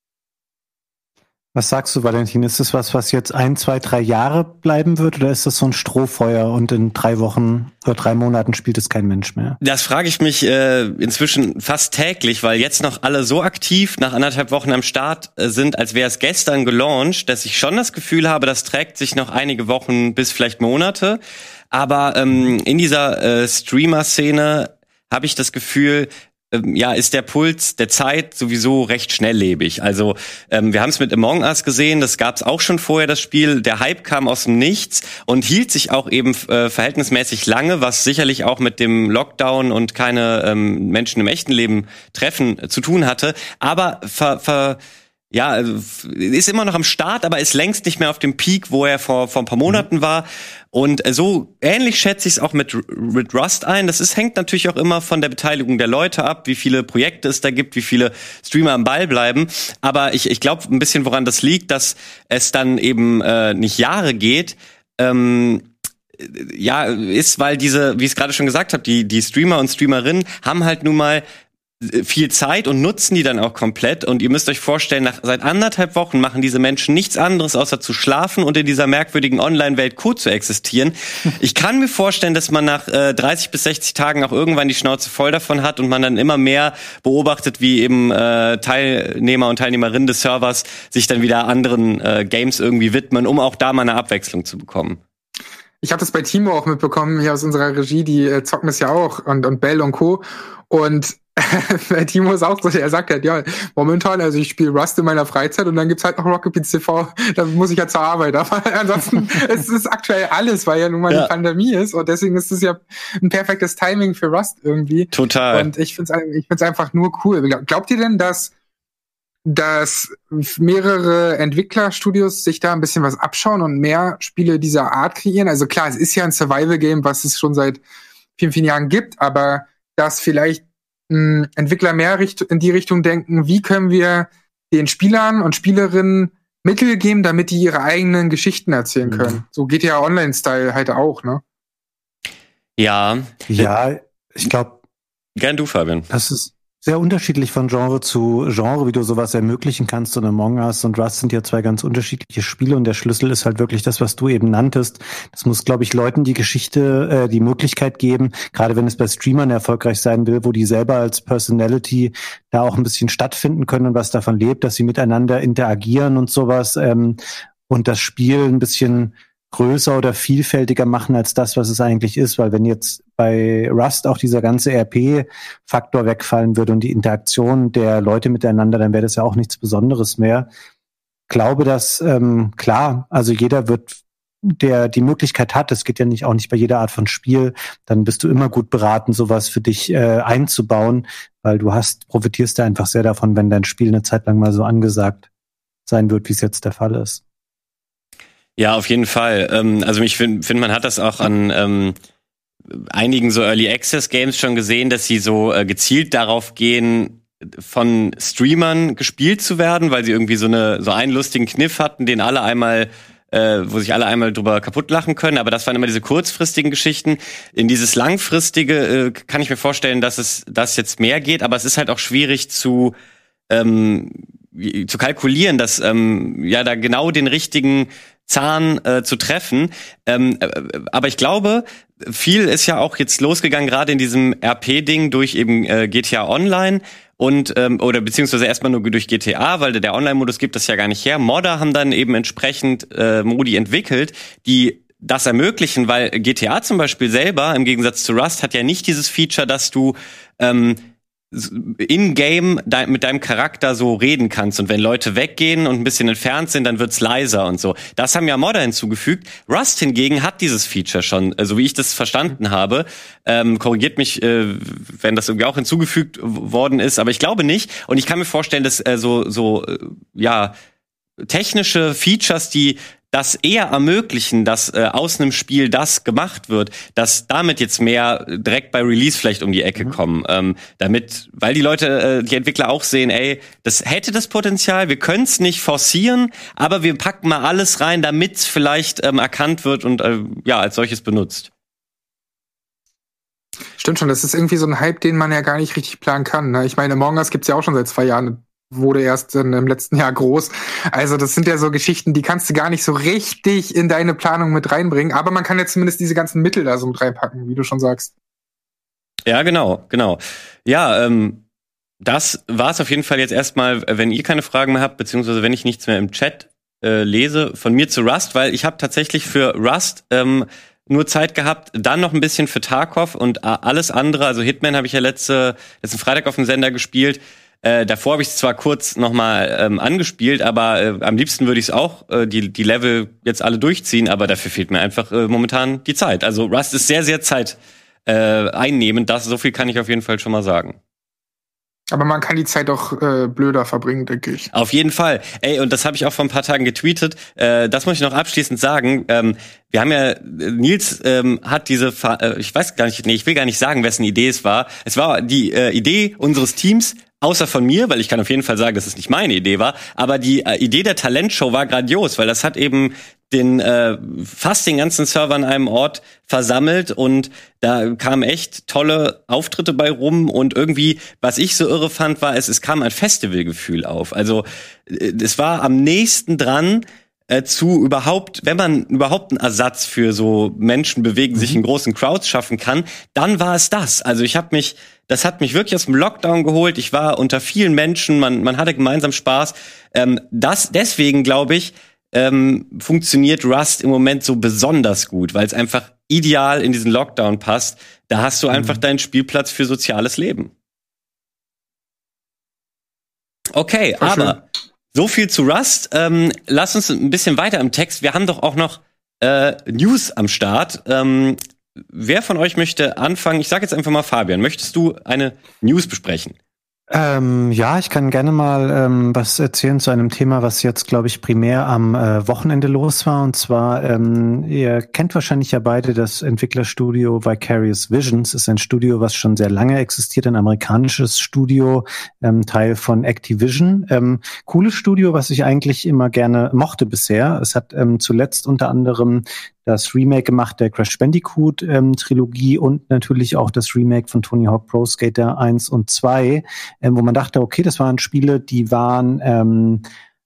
Was sagst du, Valentin? Ist das was, was jetzt ein, zwei, drei Jahre bleiben wird oder ist das so ein Strohfeuer und in drei Wochen oder drei Monaten spielt es kein Mensch mehr? Das frage ich mich äh, inzwischen fast täglich, weil jetzt noch alle so aktiv nach anderthalb Wochen am Start äh, sind, als wäre es gestern gelauncht, dass ich schon das Gefühl habe, das trägt sich noch einige Wochen bis vielleicht Monate. Aber ähm, in dieser äh, Streamer-Szene habe ich das Gefühl, ja, ist der Puls der Zeit sowieso recht schnelllebig. Also ähm, wir haben es mit Among Us gesehen, das gab es auch schon vorher, das Spiel. Der Hype kam aus dem Nichts und hielt sich auch eben äh, verhältnismäßig lange, was sicherlich auch mit dem Lockdown und keine ähm, Menschen im echten Leben treffen äh, zu tun hatte. Aber ver, ver ja, ist immer noch am Start, aber ist längst nicht mehr auf dem Peak, wo er vor, vor ein paar Monaten war. Und so ähnlich schätze ich es auch mit, mit Rust ein. Das ist, hängt natürlich auch immer von der Beteiligung der Leute ab, wie viele Projekte es da gibt, wie viele Streamer am Ball bleiben. Aber ich, ich glaube ein bisschen, woran das liegt, dass es dann eben äh, nicht Jahre geht. Ähm, ja, ist, weil diese, wie ich es gerade schon gesagt habe, die, die Streamer und Streamerinnen haben halt nun mal viel Zeit und nutzen die dann auch komplett. Und ihr müsst euch vorstellen, nach seit anderthalb Wochen machen diese Menschen nichts anderes, außer zu schlafen und in dieser merkwürdigen Online-Welt cool zu existieren. Ich kann mir vorstellen, dass man nach äh, dreißig bis sechzig Tagen auch irgendwann die Schnauze voll davon hat und man dann immer mehr beobachtet, wie eben äh, Teilnehmer und Teilnehmerinnen des Servers sich dann wieder anderen äh, Games irgendwie widmen, um auch da mal eine Abwechslung zu bekommen. Ich habe das bei Timo auch mitbekommen, hier aus unserer Regie, die äh, zocken das ja auch und, und Bell und Co. Und Timo ist auch so, er sagt halt, ja, momentan, also ich spiele Rust in meiner Freizeit und dann gibt's halt noch Rocket Beans T V, da muss ich ja zur Arbeit. Aber ansonsten es ist aktuell alles, weil ja nun mal ja. die Pandemie ist und deswegen ist es ja ein perfektes Timing für Rust irgendwie. Total. Und ich find's, ich find's einfach nur cool. Glaubt ihr denn, dass dass mehrere Entwicklerstudios sich da ein bisschen was abschauen und mehr Spiele dieser Art kreieren? Also klar, es ist ja ein Survival-Game, was es schon seit vielen, vielen Jahren gibt, aber dass vielleicht mh, Entwickler mehr Richt- in die Richtung denken, wie können wir den Spielern und Spielerinnen Mittel geben, damit die ihre eigenen Geschichten erzählen können. Mhm. So geht ja Online-Style halt auch, ne? Ja. Ja, ich glaube. Gern du, Fabian. Das ist sehr unterschiedlich von Genre zu Genre, wie du sowas ermöglichen kannst. Und Among Us und Rust sind ja zwei ganz unterschiedliche Spiele und der Schlüssel ist halt wirklich das, was du eben nanntest. Das muss, glaube ich, Leuten die Geschichte, äh, die Möglichkeit geben, gerade wenn es bei Streamern erfolgreich sein will, wo die selber als Personality da auch ein bisschen stattfinden können und was davon lebt, dass sie miteinander interagieren und sowas ähm, und das Spiel ein bisschen größer oder vielfältiger machen als das, was es eigentlich ist, weil wenn jetzt bei Rust auch dieser ganze R P-Faktor wegfallen würde und die Interaktion der Leute miteinander, dann wäre das ja auch nichts Besonderes mehr. Ich glaube, dass, ähm, klar, also jeder wird, der die Möglichkeit hat, es geht ja nicht auch nicht bei jeder Art von Spiel, dann bist du immer gut beraten, sowas für dich äh, einzubauen, weil du hast, profitierst da einfach sehr davon, wenn dein Spiel eine Zeit lang mal so angesagt sein wird, wie es jetzt der Fall ist. Ja, auf jeden Fall. Ähm, also ich finde, find, man hat das auch an ähm, einigen so Early Access Games schon gesehen, dass sie so äh, gezielt darauf gehen, von Streamern gespielt zu werden, weil sie irgendwie so eine so einen lustigen Kniff hatten, den alle einmal äh, wo sich alle einmal drüber kaputt lachen können, aber das waren immer diese kurzfristigen Geschichten. In dieses langfristige äh, kann ich mir vorstellen, dass es das jetzt mehr geht, aber es ist halt auch schwierig zu ähm, zu kalkulieren, dass ähm, ja da genau den richtigen Zahn äh, zu treffen. Ähm, äh, aber ich glaube, viel ist ja auch jetzt losgegangen, gerade in diesem R P-Ding durch eben äh, G T A Online und ähm, oder beziehungsweise erstmal nur durch G T A, weil der Online-Modus gibt das ja gar nicht her. Modder haben dann eben entsprechend äh, Modi entwickelt, die das ermöglichen, weil G T A zum Beispiel selber, im Gegensatz zu Rust, hat ja nicht dieses Feature, dass du ähm, in-game de- mit deinem Charakter so reden kannst und wenn Leute weggehen und ein bisschen entfernt sind, dann wird's leiser und so. Das haben ja Modder hinzugefügt. Rust hingegen hat dieses Feature schon, so wie ich das verstanden habe. Ähm, korrigiert mich, äh, wenn das irgendwie auch hinzugefügt worden ist, aber ich glaube nicht. Und ich kann mir vorstellen, dass äh, so so äh, ja technische Features, die das eher ermöglichen, dass äh, aus einem Spiel das gemacht wird, dass damit jetzt mehr direkt bei Release vielleicht um die Ecke mhm. kommen. Ähm, damit, weil die Leute, äh, die Entwickler auch sehen, ey, das hätte das Potenzial, wir können es nicht forcieren, aber wir packen mal alles rein, damit es vielleicht ähm, erkannt wird und äh, ja, als solches benutzt. Stimmt schon, das ist irgendwie so ein Hype, den man ja gar nicht richtig planen kann. Ne? Ich meine, Among Us gibt's ja auch schon seit zwei Jahren. Wurde erst in, im letzten Jahr groß. Also das sind ja so Geschichten, die kannst du gar nicht so richtig in deine Planung mit reinbringen. Aber man kann ja zumindest diese ganzen Mittel da so mit reinpacken, wie du schon sagst. Ja, genau, genau. Ja, ähm, das war's auf jeden Fall jetzt erstmal, wenn ihr keine Fragen mehr habt, beziehungsweise wenn ich nichts mehr im Chat äh, lese, von mir zu Rust, weil ich habe tatsächlich für Rust ähm, nur Zeit gehabt, dann noch ein bisschen für Tarkov und alles andere, also Hitman habe ich ja letzte, letzten Freitag auf dem Sender gespielt. Äh, davor habe ich es zwar kurz nochmal ähm, angespielt, aber äh, am liebsten würde ich es auch, äh, die die Level jetzt alle durchziehen, aber dafür fehlt mir einfach äh, momentan die Zeit. Also Rust ist sehr, sehr Zeit äh, einnehmend, das, so viel kann ich auf jeden Fall schon mal sagen. Aber man kann die Zeit auch äh, blöder verbringen, denke ich. Auf jeden Fall. Ey, und das habe ich auch vor ein paar Tagen getweetet. Äh, das muss ich noch abschließend sagen. Ähm, wir haben ja, Nils ähm, hat diese, Fa- äh, ich weiß gar nicht, nee, ich will gar nicht sagen, wessen Idee es war. Es war die äh, Idee unseres Teams, außer von mir, weil ich kann auf jeden Fall sagen, dass es nicht meine Idee war, aber die äh, Idee der Talentshow war grandios, weil das hat eben den äh, fast den ganzen Server an einem Ort versammelt und da kamen echt tolle Auftritte bei rum und irgendwie, was ich so irre fand, war, es, es kam ein Festivalgefühl auf. Also äh, es war am nächsten dran äh, zu überhaupt, wenn man überhaupt einen Ersatz für so Menschen bewegen, mhm. sich in großen Crowds schaffen kann, dann war es das. Also ich habe mich, das hat mich wirklich aus dem Lockdown geholt. Ich war unter vielen Menschen, man, man hatte gemeinsam Spaß. Ähm, das deswegen glaube ich, Ähm, funktioniert Rust im Moment so besonders gut, weil es einfach ideal in diesen Lockdown passt. Da hast du einfach mhm. deinen Spielplatz für soziales Leben. Okay, War aber schön. So viel zu Rust. Ähm, lass uns ein bisschen weiter im Text. Wir haben doch auch noch äh, News am Start. Ähm, wer von euch möchte anfangen? Ich sage jetzt einfach mal Fabian. Möchtest du eine News besprechen? Ähm, ja, ich kann gerne mal ähm, was erzählen zu einem Thema, was jetzt, glaube ich, primär am äh, Wochenende los war. Und zwar, ähm, ihr kennt wahrscheinlich ja beide das Entwicklerstudio Vicarious Visions. Ist ein Studio, was schon sehr lange existiert, ein amerikanisches Studio, ähm, Teil von Activision. Ähm, cooles Studio, was ich eigentlich immer gerne mochte bisher. Es hat ähm, zuletzt unter anderem das Remake gemacht der Crash Bandicoot ähm, Trilogie und natürlich auch das Remake von Tony Hawk Pro Skater eins und zwei, ähm, wo man dachte, okay, das waren Spiele, die waren ähm,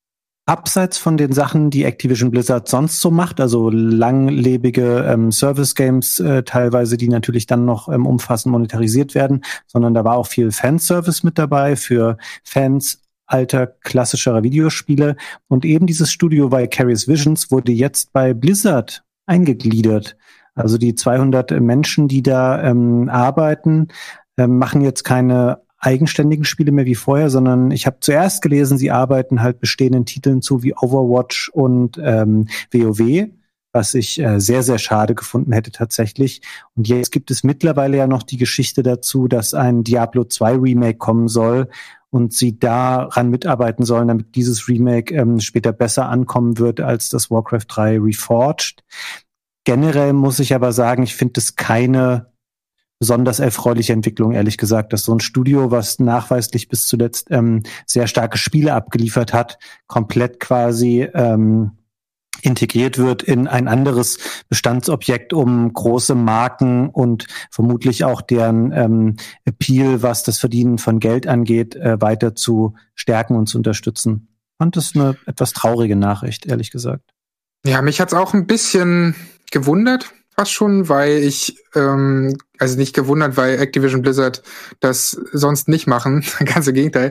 abseits von den Sachen, die Activision Blizzard sonst so macht, also langlebige ähm, Service-Games äh, teilweise, die natürlich dann noch ähm, umfassend monetarisiert werden, sondern da war auch viel Fanservice mit dabei für Fans alter, klassischerer Videospiele. Und eben dieses Studio Vicarious Visions wurde jetzt bei Blizzard eingegliedert. Also die zweihundert Menschen, die da ähm, arbeiten, ähm, machen jetzt keine eigenständigen Spiele mehr wie vorher, sondern ich habe zuerst gelesen, sie arbeiten halt bestehenden Titeln zu wie Overwatch und ähm, WoW, was ich äh, sehr, sehr schade gefunden hätte tatsächlich. Und jetzt gibt es mittlerweile ja noch die Geschichte dazu, dass ein Diablo zwei Remake kommen soll und sie daran mitarbeiten sollen, damit dieses Remake ähm, später besser ankommen wird als das Warcraft drei Reforged. Generell muss ich aber sagen, ich finde das keine besonders erfreuliche Entwicklung, ehrlich gesagt, dass so ein Studio, was nachweislich bis zuletzt ähm, sehr starke Spiele abgeliefert hat, komplett quasi ähm, integriert wird in ein anderes Bestandsobjekt, um große Marken und vermutlich auch deren ähm, Appeal, was das Verdienen von Geld angeht, äh, weiter zu stärken und zu unterstützen. Ich fand das eine etwas traurige Nachricht, ehrlich gesagt. Ja, mich hat's auch ein bisschen gewundert, fast schon, weil ich, ähm, also nicht gewundert, weil Activision Blizzard das sonst nicht machen, ganz im Gegenteil,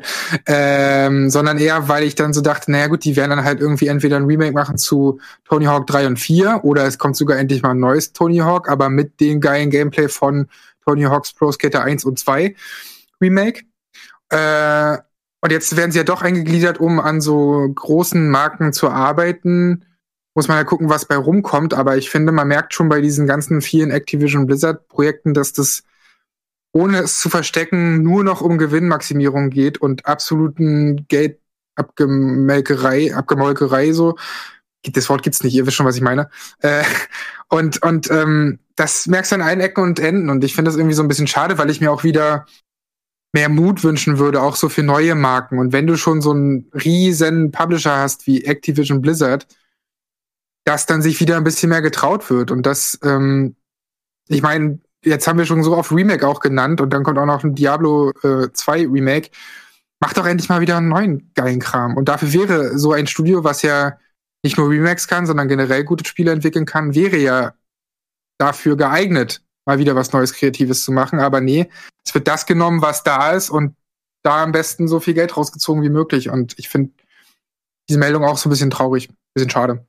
ähm, sondern eher, weil ich dann so dachte, naja gut, die werden dann halt irgendwie entweder ein Remake machen zu Tony Hawk drei und vier oder es kommt sogar endlich mal ein neues Tony Hawk, aber mit dem geilen Gameplay von Tony Hawk's Pro Skater eins und zwei Remake. Äh, und jetzt werden sie ja doch eingegliedert, um an so großen Marken zu arbeiten. Muss man ja gucken, was bei rumkommt, aber ich finde, man merkt schon bei diesen ganzen vielen Activision Blizzard-Projekten, dass das, ohne es zu verstecken, nur noch um Gewinnmaximierung geht und absoluten Geldabgemelkerei, Abgemolkerei so. Das Wort gibt's nicht, ihr wisst schon, was ich meine. Äh, und und ähm, das merkst du an allen Ecken und Enden und ich finde das irgendwie so ein bisschen schade, weil ich mir auch wieder mehr Mut wünschen würde, auch so für neue Marken. Und wenn du schon so einen riesen Publisher hast wie Activision Blizzard, dass dann sich wieder ein bisschen mehr getraut wird. Und das, ähm, ich meine, jetzt haben wir schon so oft Remake auch genannt und dann kommt auch noch ein Diablo äh, zwei Remake. Macht doch endlich mal wieder einen neuen geilen Kram. Und dafür wäre so ein Studio, was ja nicht nur Remakes kann, sondern generell gute Spiele entwickeln kann, wäre ja dafür geeignet, mal wieder was Neues, Kreatives zu machen. Aber nee, es wird das genommen, was da ist und da am besten so viel Geld rausgezogen wie möglich. Und ich finde diese Meldung auch so ein bisschen traurig, ein bisschen schade.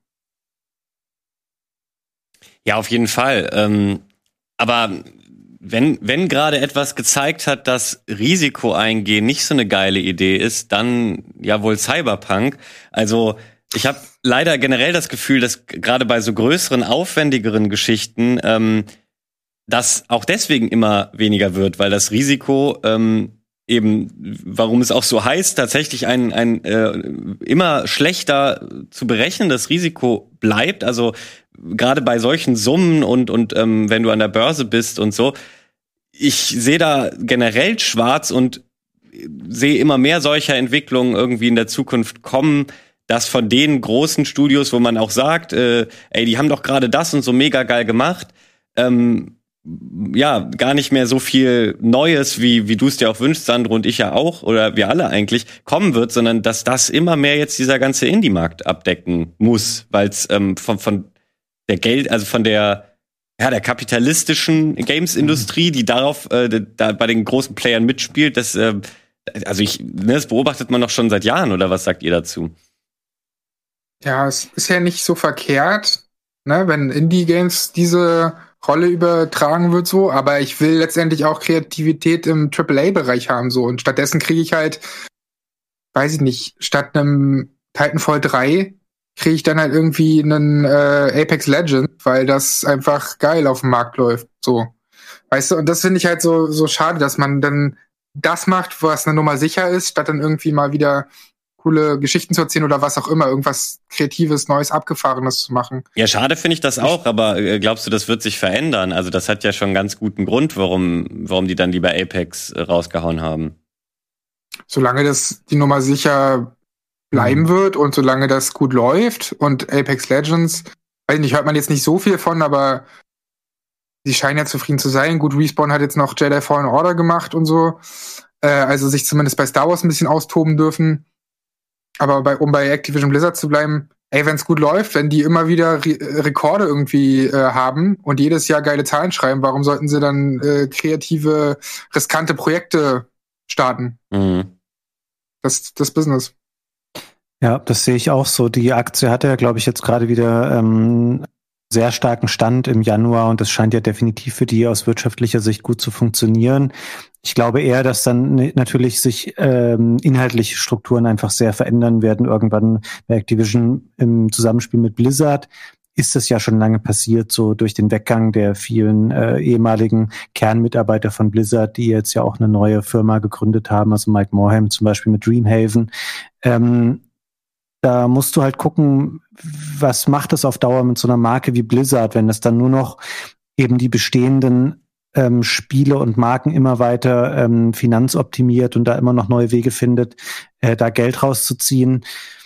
Ja, auf jeden Fall. Ähm, aber wenn wenn gerade etwas gezeigt hat, dass Risiko eingehen nicht so eine geile Idee ist, dann ja wohl Cyberpunk. Also ich habe leider generell das Gefühl, dass gerade bei so größeren, aufwendigeren Geschichten ähm, das auch deswegen immer weniger wird, weil das Risiko ähm, eben, warum es auch so heißt, tatsächlich ein ein äh, immer schlechter zu berechnendes Risiko bleibt. Also gerade bei solchen Summen und und ähm, wenn du an der Börse bist und so, ich sehe da generell schwarz und sehe immer mehr solcher Entwicklungen irgendwie in der Zukunft kommen, dass von den großen Studios, wo man auch sagt, äh, ey, die haben doch gerade das und so mega geil gemacht, ähm, ja, gar nicht mehr so viel Neues, wie wie du es dir auch wünschst, Sandro und ich ja auch, oder wir alle eigentlich, kommen wird, sondern dass das immer mehr jetzt dieser ganze Indie-Markt abdecken muss, weil es ähm, von von der Geld, also von der ja der kapitalistischen Games-Industrie, die darauf äh, da bei den großen Playern mitspielt, das äh, also ich, ne, das beobachtet man doch schon seit Jahren, oder was sagt ihr dazu? Ja, es ist ja nicht so verkehrt, ne, wenn Indie-Games diese Rolle übertragen wird so, aber ich will letztendlich auch Kreativität im Triple A-Bereich haben so und stattdessen kriege ich halt, weiß ich nicht, statt einem Titanfall drei kriege ich dann halt irgendwie einen äh, Apex Legends, weil das einfach geil auf dem Markt läuft, so. Weißt du, und das finde ich halt so so schade, dass man dann das macht, was eine Nummer sicher ist, statt dann irgendwie mal wieder coole Geschichten zu erzählen oder was auch immer, irgendwas Kreatives, Neues, Abgefahrenes zu machen. Ja, schade finde ich das auch, aber äh, glaubst du, das wird sich verändern? Also das hat ja schon einen ganz guten Grund, warum warum die dann lieber Apex äh, rausgehauen haben. Solange das die Nummer sicher bleiben mhm. wird und solange das gut läuft und Apex Legends, weiß ich nicht, hört man jetzt nicht so viel von, aber sie scheinen ja zufrieden zu sein. Gut, Respawn hat jetzt noch Jedi Fallen Order gemacht und so, äh, also sich zumindest bei Star Wars ein bisschen austoben dürfen. Aber bei, um bei Activision Blizzard zu bleiben, ey, wenn es gut läuft, wenn die immer wieder Re- Rekorde irgendwie äh, haben und jedes Jahr geile Zahlen schreiben, warum sollten sie dann äh, kreative, riskante Projekte starten? Mhm. Das das Business. Ja, das sehe ich auch so. Die Aktie hatte ja, glaube ich, jetzt gerade wieder ähm, sehr starken Stand im Januar und das scheint ja definitiv für die aus wirtschaftlicher Sicht gut zu funktionieren. Ich glaube eher, dass dann natürlich sich ähm, inhaltliche Strukturen einfach sehr verändern werden. Irgendwann bei Activision im Zusammenspiel mit Blizzard ist das ja schon lange passiert, so durch den Weggang der vielen äh, ehemaligen Kernmitarbeiter von Blizzard, die jetzt ja auch eine neue Firma gegründet haben, also Mike Morhaime zum Beispiel mit Dreamhaven. Ähm, Da musst du halt gucken, was macht es auf Dauer mit so einer Marke wie Blizzard, wenn das dann nur noch eben die bestehenden ähm, Spiele und Marken immer weiter ähm, finanzoptimiert und da immer noch neue Wege findet, äh, da Geld rauszuziehen.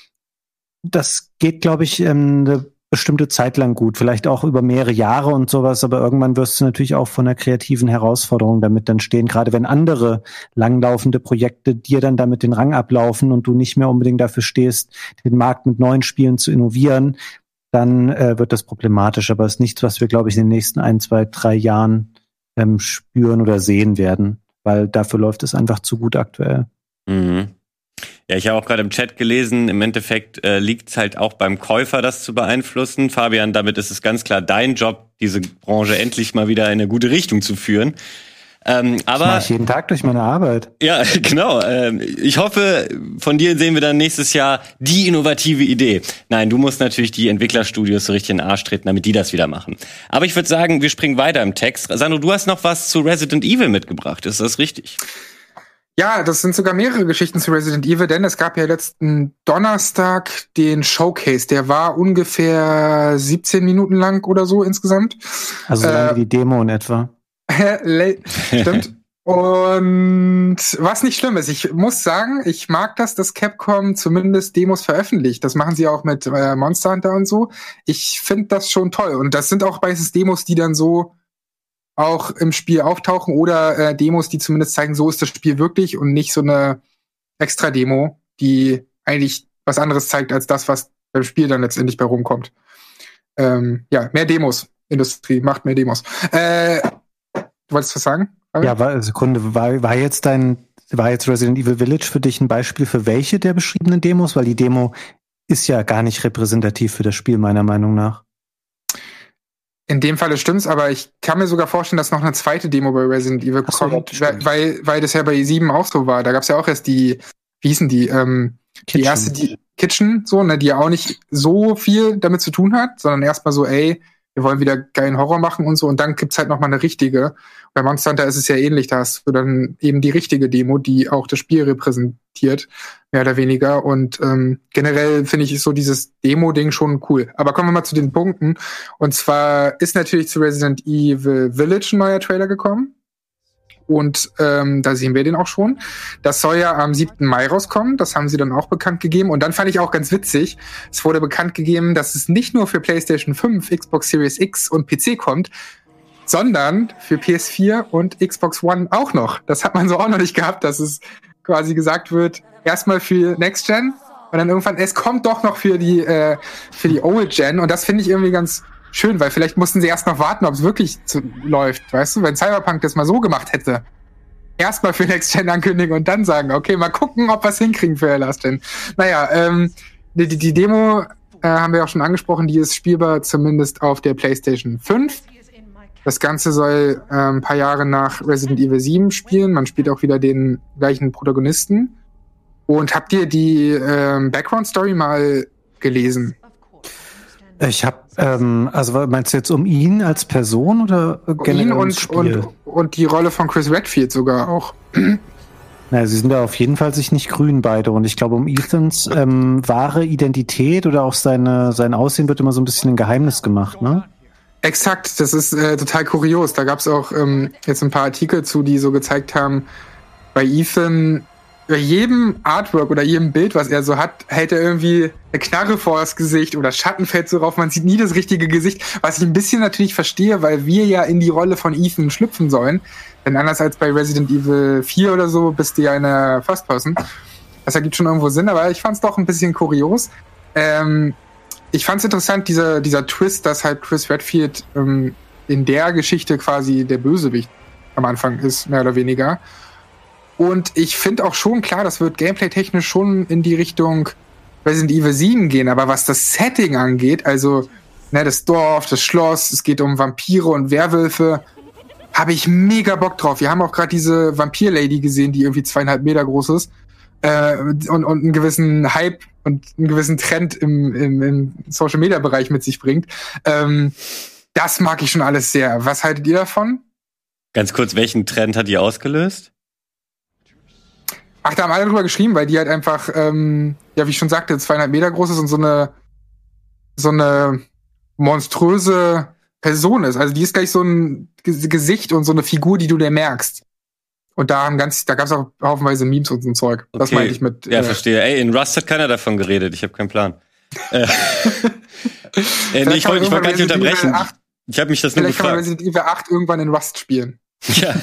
Das geht, glaube ich, ähm, eine bestimmte Zeit lang gut, vielleicht auch über mehrere Jahre und sowas, aber irgendwann wirst du natürlich auch von einer kreativen Herausforderung damit dann stehen, gerade wenn andere langlaufende Projekte dir dann damit den Rang ablaufen und du nicht mehr unbedingt dafür stehst, den Markt mit neuen Spielen zu innovieren, dann äh, wird das problematisch, aber es ist nichts, was wir, glaube ich, in den nächsten ein, zwei, drei Jahren ähm, spüren oder sehen werden, weil dafür läuft es einfach zu gut aktuell. Mhm. Ja, ich habe auch gerade im Chat gelesen, im Endeffekt äh, liegt es halt auch beim Käufer, das zu beeinflussen. Fabian, damit ist es ganz klar dein Job, diese Branche endlich mal wieder in eine gute Richtung zu führen. Ähm, aber das mache ich jeden Tag durch meine Arbeit. Ja, genau. Ähm, ich hoffe, von dir sehen wir dann nächstes Jahr die innovative Idee. Nein, du musst natürlich die Entwicklerstudios so richtig in den Arsch treten, damit die das wieder machen. Aber ich würde sagen, wir springen weiter im Text. Sandro, du hast noch was zu Resident Evil mitgebracht. Ist das richtig? Ja, das sind sogar mehrere Geschichten zu Resident Evil, denn es gab ja letzten Donnerstag den Showcase. Der war ungefähr siebzehn Minuten lang oder so insgesamt. Also so lange wie die Demo in etwa. Stimmt. Und was nicht schlimm ist, ich muss sagen, ich mag das, dass Capcom zumindest Demos veröffentlicht. Das machen sie auch mit äh, Monster Hunter und so. Ich finde das schon toll. Und das sind auch meistens Demos, die dann so auch im Spiel auftauchen oder äh, Demos, die zumindest zeigen, so ist das Spiel wirklich und nicht so eine Extra-Demo, die eigentlich was anderes zeigt als das, was beim Spiel dann letztendlich bei rumkommt. Ähm, ja, mehr Demos. Industrie macht mehr Demos. Äh, du wolltest was sagen? Ja, war, Sekunde, war, war jetzt dein, war jetzt Resident Evil Village für dich ein Beispiel für welche der beschriebenen Demos? Weil die Demo ist ja gar nicht repräsentativ für das Spiel, meiner Meinung nach. In dem Falle stimmt's, aber ich kann mir sogar vorstellen, dass noch eine zweite Demo bei Resident Evil so, kommt, weil, weil, weil das ja bei E sieben auch so war. Da gab's ja auch erst die, wie hießen die, ähm, die erste, die Kitchen, so, ne, die ja auch nicht so viel damit zu tun hat, sondern erstmal so, ey, wir wollen wieder geilen Horror machen und so, und dann gibt's halt noch mal eine richtige. Bei Monster Hunter ist es ja ähnlich, da hast du dann eben die richtige Demo, die auch das Spiel repräsentiert, mehr oder weniger, und ähm, generell finde ich so dieses Demo-Ding schon cool. Aber kommen wir mal zu den Punkten, und zwar ist natürlich zu Resident Evil Village ein neuer Trailer gekommen, Und ähm, da sehen wir den auch schon. Das soll ja am siebten Mai rauskommen. Das haben sie dann auch bekannt gegeben. Und dann fand ich auch ganz witzig, es wurde bekannt gegeben, dass es nicht nur für PlayStation fünf, Xbox Series X und P C kommt, sondern für P S vier und Xbox One auch noch. Das hat man so auch noch nicht gehabt, dass es quasi gesagt wird, erstmal für Next Gen und dann irgendwann, es kommt doch noch für die äh, für die Old Gen. Und das finde ich irgendwie ganz schön, weil vielleicht mussten sie erst noch warten, ob es wirklich zu, läuft, weißt du? Wenn Cyberpunk das mal so gemacht hätte. Erstmal für Next Gen ankündigen und dann sagen, okay, mal gucken, ob wir es hinkriegen für Last Gen. Naja, ähm, die, die, die Demo äh, haben wir auch schon angesprochen, die ist spielbar zumindest auf der PlayStation fünf. Das Ganze soll äh, ein paar Jahre nach Resident Evil sieben spielen. Man spielt auch wieder den gleichen Protagonisten. Und habt ihr die ähm, Background-Story mal gelesen? Ich habe, ähm, also meinst du jetzt um ihn als Person oder generell ihn ums und, Spiel? und und die Rolle von Chris Redfield sogar auch. Naja, sie sind da auf jeden Fall sich nicht grün beide und ich glaube, um Ethans ähm, wahre Identität oder auch seine sein Aussehen wird immer so ein bisschen ein Geheimnis gemacht, ne? Exakt, das ist äh, total kurios. Da gab es auch ähm, jetzt ein paar Artikel zu, die so gezeigt haben, bei Ethan, bei jedem Artwork oder jedem Bild, was er so hat, hält er irgendwie eine Knarre vor das Gesicht oder Schatten fällt so rauf. Man sieht nie das richtige Gesicht, was ich ein bisschen natürlich verstehe, weil wir ja in die Rolle von Ethan schlüpfen sollen. Denn anders als bei Resident Evil vier oder so bist du ja in der First Person. Das ergibt schon irgendwo Sinn, aber ich fand es doch ein bisschen kurios. Ähm, ich fand es interessant, dieser, dieser Twist, dass halt Chris Redfield ähm, in der Geschichte quasi der Bösewicht am Anfang ist, mehr oder weniger. Und ich finde auch schon, klar, das wird gameplay-technisch schon in die Richtung Resident Evil sieben gehen, aber was das Setting angeht, also ne, das Dorf, das Schloss, es geht um Vampire und Werwölfe, habe ich mega Bock drauf. Wir haben auch gerade diese Vampir-Lady gesehen, die irgendwie zweieinhalb Meter groß ist äh, und, und einen gewissen Hype und einen gewissen Trend im, im, im Social-Media-Bereich mit sich bringt. Ähm, das mag ich schon alles sehr. Was haltet ihr davon? Ganz kurz, welchen Trend hat die ausgelöst? Ach, da haben alle drüber geschrieben, weil die halt einfach, ähm, ja, wie ich schon sagte, zweieinhalb Meter groß ist und so eine so eine monströse Person ist. Also die ist gleich so ein G- Gesicht und so eine Figur, die du dir merkst. Und da haben ganz, da gab's auch haufenweise Memes und so ein Zeug. Das Okay. meinte ich mit. Ja, äh, verstehe. Ey, in Rust hat keiner davon geredet. Ich habe keinen Plan. äh, äh, nee, ich wollte ich wollt gar nicht unterbrechen. acht, Ich habe mich das nur vielleicht kann man gefragt. Resident Evil acht irgendwann in Rust spielen. Ja.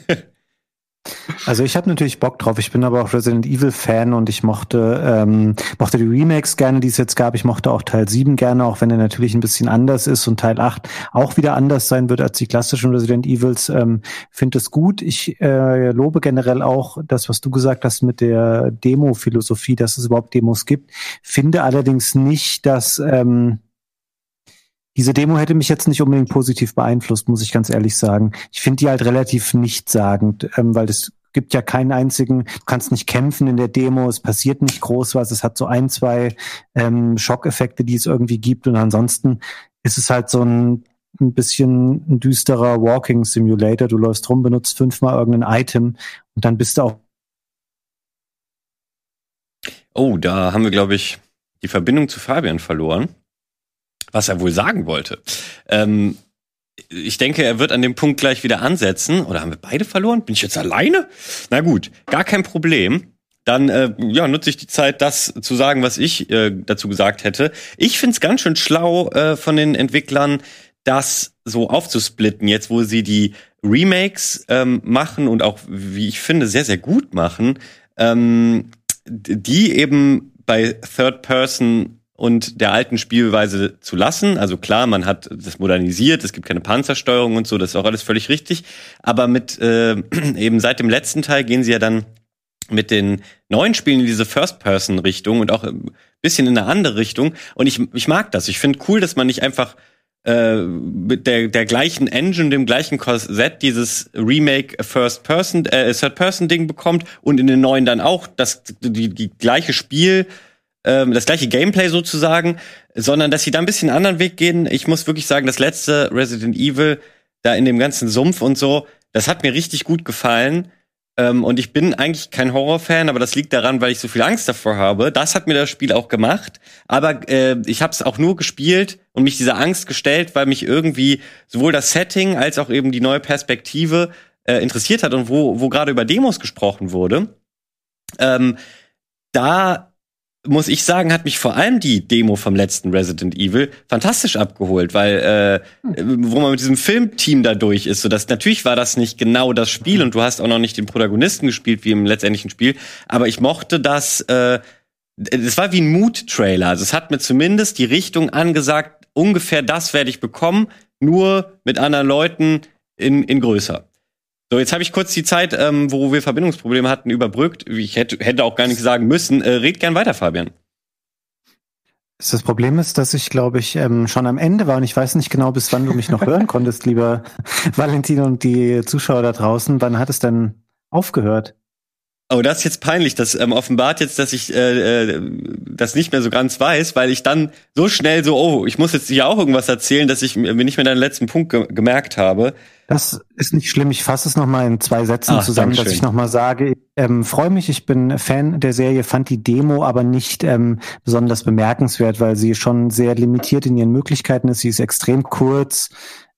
Also ich habe natürlich Bock drauf. Ich bin aber auch Resident Evil Fan und ich mochte ähm, mochte die Remakes gerne, die es jetzt gab. Ich mochte auch Teil sieben gerne, auch wenn er natürlich ein bisschen anders ist und Teil acht auch wieder anders sein wird als die klassischen Resident Evils. Ähm, finde es gut. Ich äh, lobe generell auch das, was du gesagt hast mit der Demo-Philosophie, dass es überhaupt Demos gibt. Finde allerdings nicht, dass ähm, diese Demo hätte mich jetzt nicht unbedingt positiv beeinflusst, muss ich ganz ehrlich sagen. Ich finde die halt relativ nichtssagend, ähm, weil es gibt ja keinen einzigen, du kannst nicht kämpfen in der Demo, es passiert nicht groß was, es hat so ein, zwei ähm, Schockeffekte, die es irgendwie gibt und ansonsten ist es halt so ein, ein bisschen ein düsterer Walking Simulator. Du läufst rum, benutzt fünfmal irgendein Item und dann bist du auch. Oh, da haben wir, glaube ich, die Verbindung zu Fabian verloren. Was er wohl sagen wollte. Ähm, ich denke, er wird an dem Punkt gleich wieder ansetzen. Oder haben wir beide verloren? Bin ich jetzt alleine? Na gut, gar kein Problem. Dann äh, ja, nutze ich die Zeit, das zu sagen, was ich äh, dazu gesagt hätte. Ich find's ganz schön schlau äh, von den Entwicklern, das so aufzusplitten, jetzt wo sie die Remakes ähm, machen und auch, wie ich finde, sehr, sehr gut machen, ähm, die eben bei Third Person und der alten Spielweise zu lassen. Also klar, man hat das modernisiert, es gibt keine Panzersteuerung und so, das ist auch alles völlig richtig. Aber mit äh, eben seit dem letzten Teil gehen sie ja dann mit den neuen Spielen in diese First-Person-Richtung und auch ein bisschen in eine andere Richtung. Und ich, ich mag das. Ich finde cool, dass man nicht einfach äh, mit der, der gleichen Engine, dem gleichen Korsett dieses Remake First-Person, äh, Third-Person-Ding bekommt und in den neuen dann auch das die, die gleiche Spiel, das gleiche Gameplay sozusagen, sondern dass sie da ein bisschen einen anderen Weg gehen. Ich muss wirklich sagen, das letzte Resident Evil, da in dem ganzen Sumpf und so, das hat mir richtig gut gefallen. Und ich bin eigentlich kein Horrorfan, aber das liegt daran, weil ich so viel Angst davor habe. Das hat mir das Spiel auch gemacht. Aber äh, ich habe es auch nur gespielt und mich dieser Angst gestellt, weil mich irgendwie sowohl das Setting als auch eben die neue Perspektive äh, interessiert hat und wo, wo gerade über Demos gesprochen wurde, ähm, da muss ich sagen, hat mich vor allem die Demo vom letzten Resident Evil fantastisch abgeholt, weil äh, wo man mit diesem Filmteam da durch ist, so dass natürlich war das nicht genau das Spiel und du hast auch noch nicht den Protagonisten gespielt wie im letztendlichen Spiel, aber ich mochte das, äh, es war wie ein Mood-Trailer, also es hat mir zumindest die Richtung angesagt, ungefähr das werde ich bekommen, nur mit anderen Leuten in, in größer. So, jetzt habe ich kurz die Zeit, ähm, wo wir Verbindungsprobleme hatten, überbrückt. Ich hätte, hätte auch gar nichts sagen müssen. Äh, red gern weiter, Fabian. Das Problem ist, dass ich, glaube ich, ähm, schon am Ende war und ich weiß nicht genau, bis wann du mich noch hören konntest, lieber Valentin und die Zuschauer da draußen. Wann hat es denn aufgehört? Oh, das ist jetzt peinlich. Das ähm, offenbart jetzt, dass ich äh, äh, das nicht mehr so ganz weiß, weil ich dann so schnell so, oh, ich muss jetzt hier auch irgendwas erzählen, dass ich mir nicht mehr deinen letzten Punkt ge- gemerkt habe. Das ist nicht schlimm. Ich fasse es nochmal in zwei Sätzen Ach, zusammen, Dankeschön. dass ich nochmal sage, ich ähm, freue mich, ich bin Fan der Serie, fand die Demo aber nicht ähm, besonders bemerkenswert, weil sie schon sehr limitiert in ihren Möglichkeiten ist. Sie ist extrem kurz.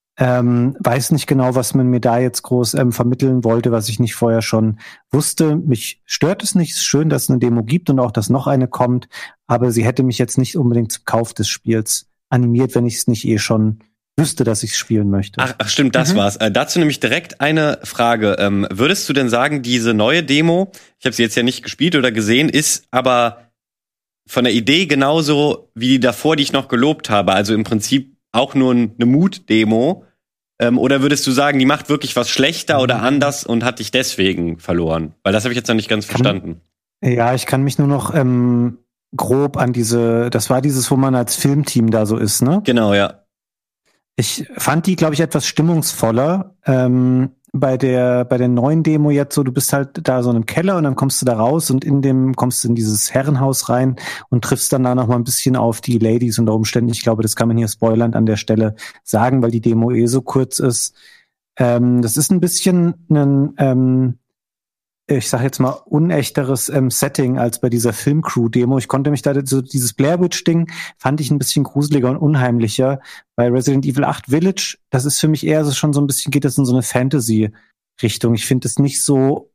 Ähm, weiß nicht genau, was man mir da jetzt groß ähm, vermitteln wollte, was ich nicht vorher schon wusste. Mich stört es nicht. Es ist schön, dass es eine Demo gibt und auch, dass noch eine kommt. Aber sie hätte mich jetzt nicht unbedingt zum Kauf des Spiels animiert, wenn ich es nicht eh schon wüsste, dass ich es spielen möchte. Ach, ach stimmt, das mhm. war's. Äh, dazu nämlich direkt eine Frage. Ähm, würdest du denn sagen, diese neue Demo, ich habe sie jetzt ja nicht gespielt oder gesehen, ist aber von der Idee genauso wie die davor, die ich noch gelobt habe? Also im Prinzip auch nur eine Mood-Demo? Ähm, oder würdest du sagen, die macht wirklich was schlechter oder anders und hat dich deswegen verloren? Weil das habe ich jetzt noch nicht ganz kann, verstanden. Ja, ich kann mich nur noch ähm, grob an diese, das war dieses, wo man als Filmteam da so ist, ne? Genau, ja. Ich fand die, glaube ich, etwas stimmungsvoller. Ähm, bei der bei der neuen Demo jetzt so, du bist halt da so in einem Keller und dann kommst du da raus und in dem kommst du in dieses Herrenhaus rein und triffst dann da noch mal ein bisschen auf die Ladies unter Umständen. Ich glaube, das kann man hier spoilernd an der Stelle sagen, weil die Demo eh so kurz ist. Ähm, das ist ein bisschen ein, ähm, ich sag jetzt mal, unechteres ähm, Setting als bei dieser Filmcrew-Demo. Ich konnte mich da, so dieses Blair Witch-Ding fand ich ein bisschen gruseliger und unheimlicher. Bei Resident Evil acht Village, das ist für mich eher so schon so ein bisschen, geht das in so eine Fantasy-Richtung. Ich finde es nicht so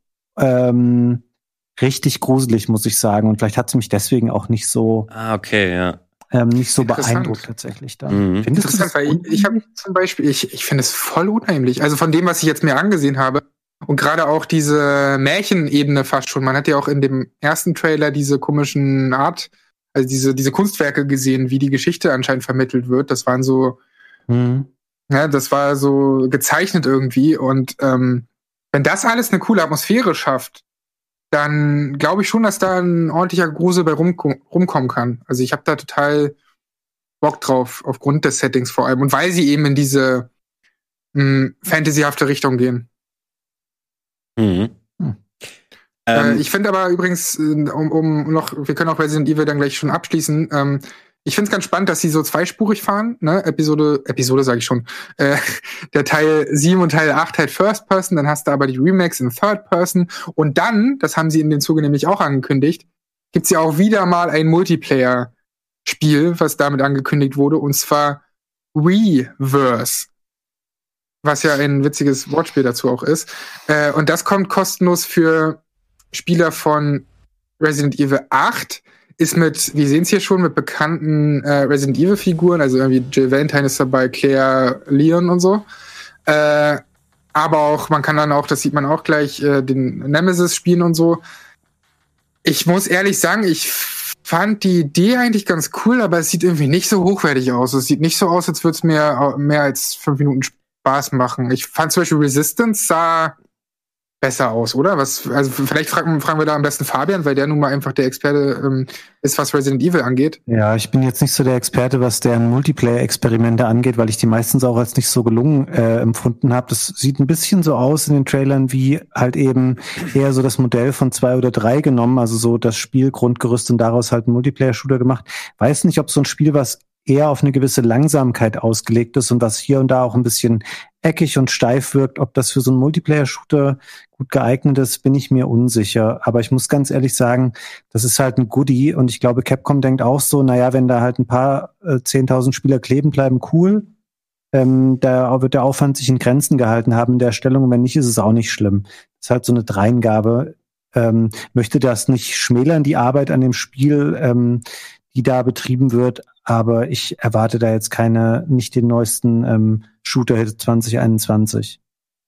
ähm, richtig gruselig, muss ich sagen. Und vielleicht hat es mich deswegen auch nicht so Ah, okay, ja. ähm, nicht so beeindruckt tatsächlich dann. Mhm. Findest du Interessant, das weil ich, ich habe zum Beispiel, ich, ich finde es voll unheimlich. Also von dem, was ich jetzt mir angesehen habe, und gerade auch diese Märchenebene fast schon. Man hat ja auch in dem ersten Trailer diese komischen Art, also diese, diese Kunstwerke gesehen, wie die Geschichte anscheinend vermittelt wird. Das waren so, Mhm. ja, das war so gezeichnet irgendwie. Und ähm, wenn das alles eine coole Atmosphäre schafft, dann glaube ich schon, dass da ein ordentlicher Grusel bei rumkom- rumkommen kann. Also ich habe da total Bock drauf, aufgrund des Settings vor allem. Und weil sie eben in diese mh, fantasyhafte Richtung gehen. Mhm. Hm. Ähm, Äh, ich finde aber übrigens, äh, um, um noch, wir können auch Resident Evil dann gleich schon abschließen. Ähm, ich finde es ganz spannend, dass sie so zweispurig fahren. Ne? Episode, Episode sage ich schon. Äh, der Teil sieben und Teil acht halt First Person, dann hast du aber die Remakes in Third Person. Und dann, das haben sie in dem Zuge nämlich auch angekündigt, gibt's ja auch wieder mal ein Multiplayer-Spiel, was damit angekündigt wurde, und zwar Weverse. Was ja ein witziges Wortspiel dazu auch ist. Äh, und das kommt kostenlos für Spieler von Resident Evil acht. Ist mit, wir sehen es hier schon, mit bekannten äh, Resident Evil-Figuren, also irgendwie Jill Valentine ist dabei, Claire, Leon und so. Äh, aber auch, man kann dann auch, das sieht man auch gleich, äh, den Nemesis spielen und so. Ich muss ehrlich sagen, ich fand die Idee eigentlich ganz cool, aber es sieht irgendwie nicht so hochwertig aus. Es sieht nicht so aus, als würde es mir mehr als fünf Minuten Spaß machen. Ich fand zum Beispiel Resistance sah besser aus, oder? Was, also vielleicht fragen, fragen wir da am besten Fabian, weil der nun mal einfach der Experte ähm, ist, was Resident Evil angeht. Ja, ich bin jetzt nicht so der Experte, was deren Multiplayer-Experimente angeht, weil ich die meistens auch als nicht so gelungen äh, empfunden habe. Das sieht ein bisschen so aus in den Trailern wie halt eben eher so das Modell von zwei oder drei genommen, also so das Spielgrundgerüst und daraus halt einen Multiplayer-Shooter gemacht. Weiß nicht, ob so ein Spiel, was eher auf eine gewisse Langsamkeit ausgelegt ist und was hier und da auch ein bisschen eckig und steif wirkt, ob das für so einen Multiplayer-Shooter gut geeignet ist, bin ich mir unsicher. Aber ich muss ganz ehrlich sagen, das ist halt ein Goodie und ich glaube, Capcom denkt auch so, naja, wenn da halt ein paar äh, zehntausend Spieler kleben bleiben, cool. ähm, da wird der Aufwand sich in Grenzen gehalten haben in der Stellung. Und wenn nicht, ist es auch nicht schlimm. Das ist halt so eine Dreingabe. Ähm, möchte das nicht schmälern, die Arbeit an dem Spiel, ähm, die da betrieben wird. Aber ich erwarte da jetzt keine, nicht den neuesten ähm, Shooter zwanzig einundzwanzig.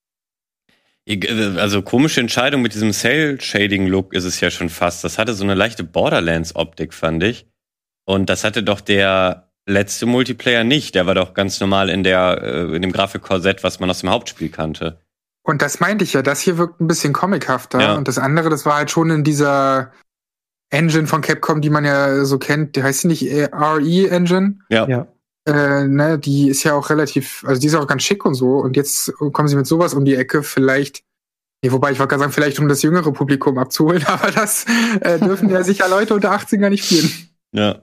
Also komische Entscheidung mit diesem Cell-Shading-Look ist es ja schon fast. Das hatte so eine leichte Borderlands-Optik, fand ich. Und das hatte doch der letzte Multiplayer nicht. Der war doch ganz normal in der äh, in dem Grafikkorsett, was man aus dem Hauptspiel kannte. Und das meinte ich ja. Das hier wirkt ein bisschen comichafter. Ja. Und das andere, das war halt schon in dieser Engine von Capcom, die man ja so kennt. Die heißt die nicht R E-Engine? Ja. Ja. Äh, ne, die ist ja auch relativ, also die ist auch ganz schick und so. Und jetzt kommen sie mit sowas um die Ecke, vielleicht, nee, wobei ich wollte gerade sagen, vielleicht um das jüngere Publikum abzuholen, aber das äh, dürfen ja sicher Leute unter achtzehn gar nicht spielen. Ja.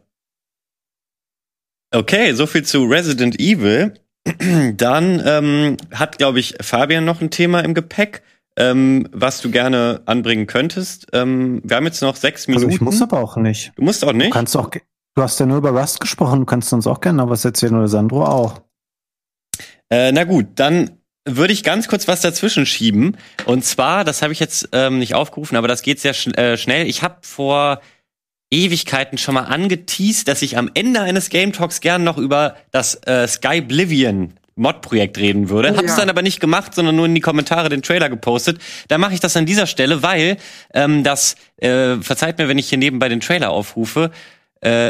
Okay, so viel zu Resident Evil. Dann ähm, hat, glaube ich, Fabian noch ein Thema im Gepäck, ähm, was du gerne anbringen könntest. Ähm, wir haben jetzt noch sechs Minuten. Also ich muss aber auch nicht. Du musst auch nicht? Du kannst auch, du hast ja nur über Rust gesprochen, du kannst uns auch gerne noch was erzählen, oder Sandro auch. Äh, na gut, dann würde ich ganz kurz was dazwischen schieben. Und zwar, das habe ich jetzt ähm, nicht aufgerufen, aber das geht sehr schn- äh, schnell. Ich habe vor Ewigkeiten schon mal angeteased, dass ich am Ende eines Game Talks gern noch über das äh, Skyblivion Mod-Projekt reden würde. Oh, Hab's ja. dann aber nicht gemacht, sondern nur in die Kommentare den Trailer gepostet. Da mache ich das an dieser Stelle, weil ähm, das, äh, verzeiht mir, wenn ich hier nebenbei den Trailer aufrufe, äh,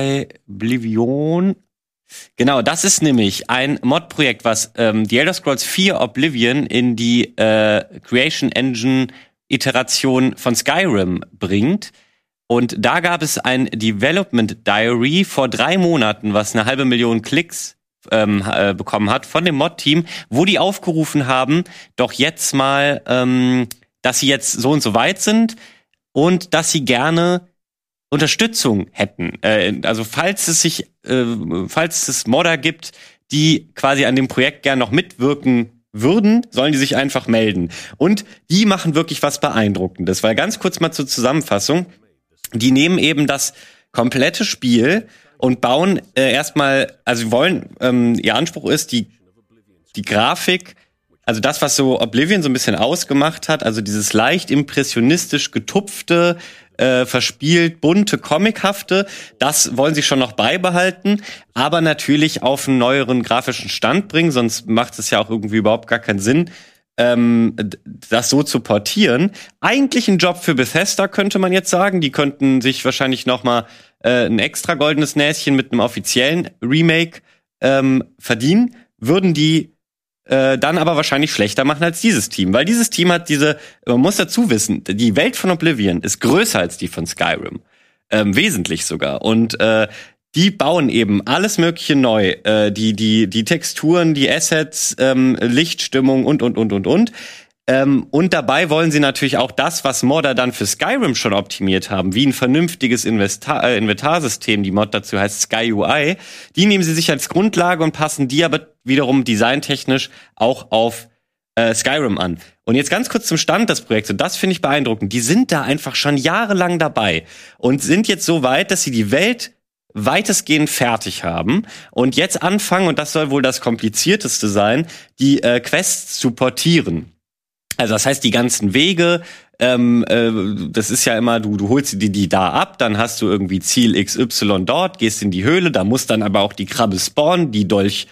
Skyblivion. Genau, das ist nämlich ein Mod-Projekt, was ähm, die Elder Scrolls vier Oblivion in die äh, Creation Engine Iteration von Skyrim bringt. Und da gab es ein Development Diary vor drei Monaten, was eine halbe Million Klicks ähm, äh, bekommen hat von dem Mod-Team, wo die aufgerufen haben, doch jetzt mal, ähm, dass sie jetzt so und so weit sind und dass sie gerne Unterstützung hätten. Äh, also falls es sich, äh, falls es Modder gibt, die quasi an dem Projekt gern noch mitwirken würden, sollen die sich einfach melden. Und die machen wirklich was Beeindruckendes, weil ganz kurz mal zur Zusammenfassung. Die nehmen eben das komplette Spiel und bauen äh, erstmal, also wollen, ähm, ihr Anspruch ist, die die Grafik, also das, was so Oblivion so ein bisschen ausgemacht hat, also dieses leicht impressionistisch getupfte, äh, verspielt, bunte, comichafte, das wollen sie schon noch beibehalten, aber natürlich auf einen neueren grafischen Stand bringen, sonst macht es ja auch irgendwie überhaupt gar keinen Sinn, ähm, das so zu portieren. Eigentlich ein Job für Bethesda, könnte man jetzt sagen. Die könnten sich wahrscheinlich noch mal äh, ein extra goldenes Näschen mit einem offiziellen Remake ähm, verdienen, würden die äh, dann aber wahrscheinlich schlechter machen als dieses Team. Weil dieses Team hat diese, man muss dazu wissen, die Welt von Oblivion ist größer als die von Skyrim. Ähm, wesentlich sogar. Und äh, die bauen eben alles Mögliche neu. Äh, die, die, die Texturen, die Assets, ähm, Lichtstimmung und, und, und, und, und. Ähm, und dabei wollen sie natürlich auch das, was Modder dann für Skyrim schon optimiert haben, wie ein vernünftiges Investa- äh, Inventarsystem, die Mod dazu heißt Sky U I, die nehmen sie sich als Grundlage und passen die aber wiederum designtechnisch auch auf äh, Skyrim an. Und jetzt ganz kurz zum Stand des Projekts, und das finde ich beeindruckend, die sind da einfach schon jahrelang dabei und sind jetzt so weit, dass sie die Welt weitestgehend fertig haben und jetzt anfangen, und das soll wohl das Komplizierteste sein, die äh, Quests zu portieren. Also das heißt, die ganzen Wege, ähm, äh, das ist ja immer, du, du holst die, die da ab, dann hast du irgendwie Ziel X Y dort, gehst in die Höhle, da muss dann aber auch die Krabbe spawnen, die Dolch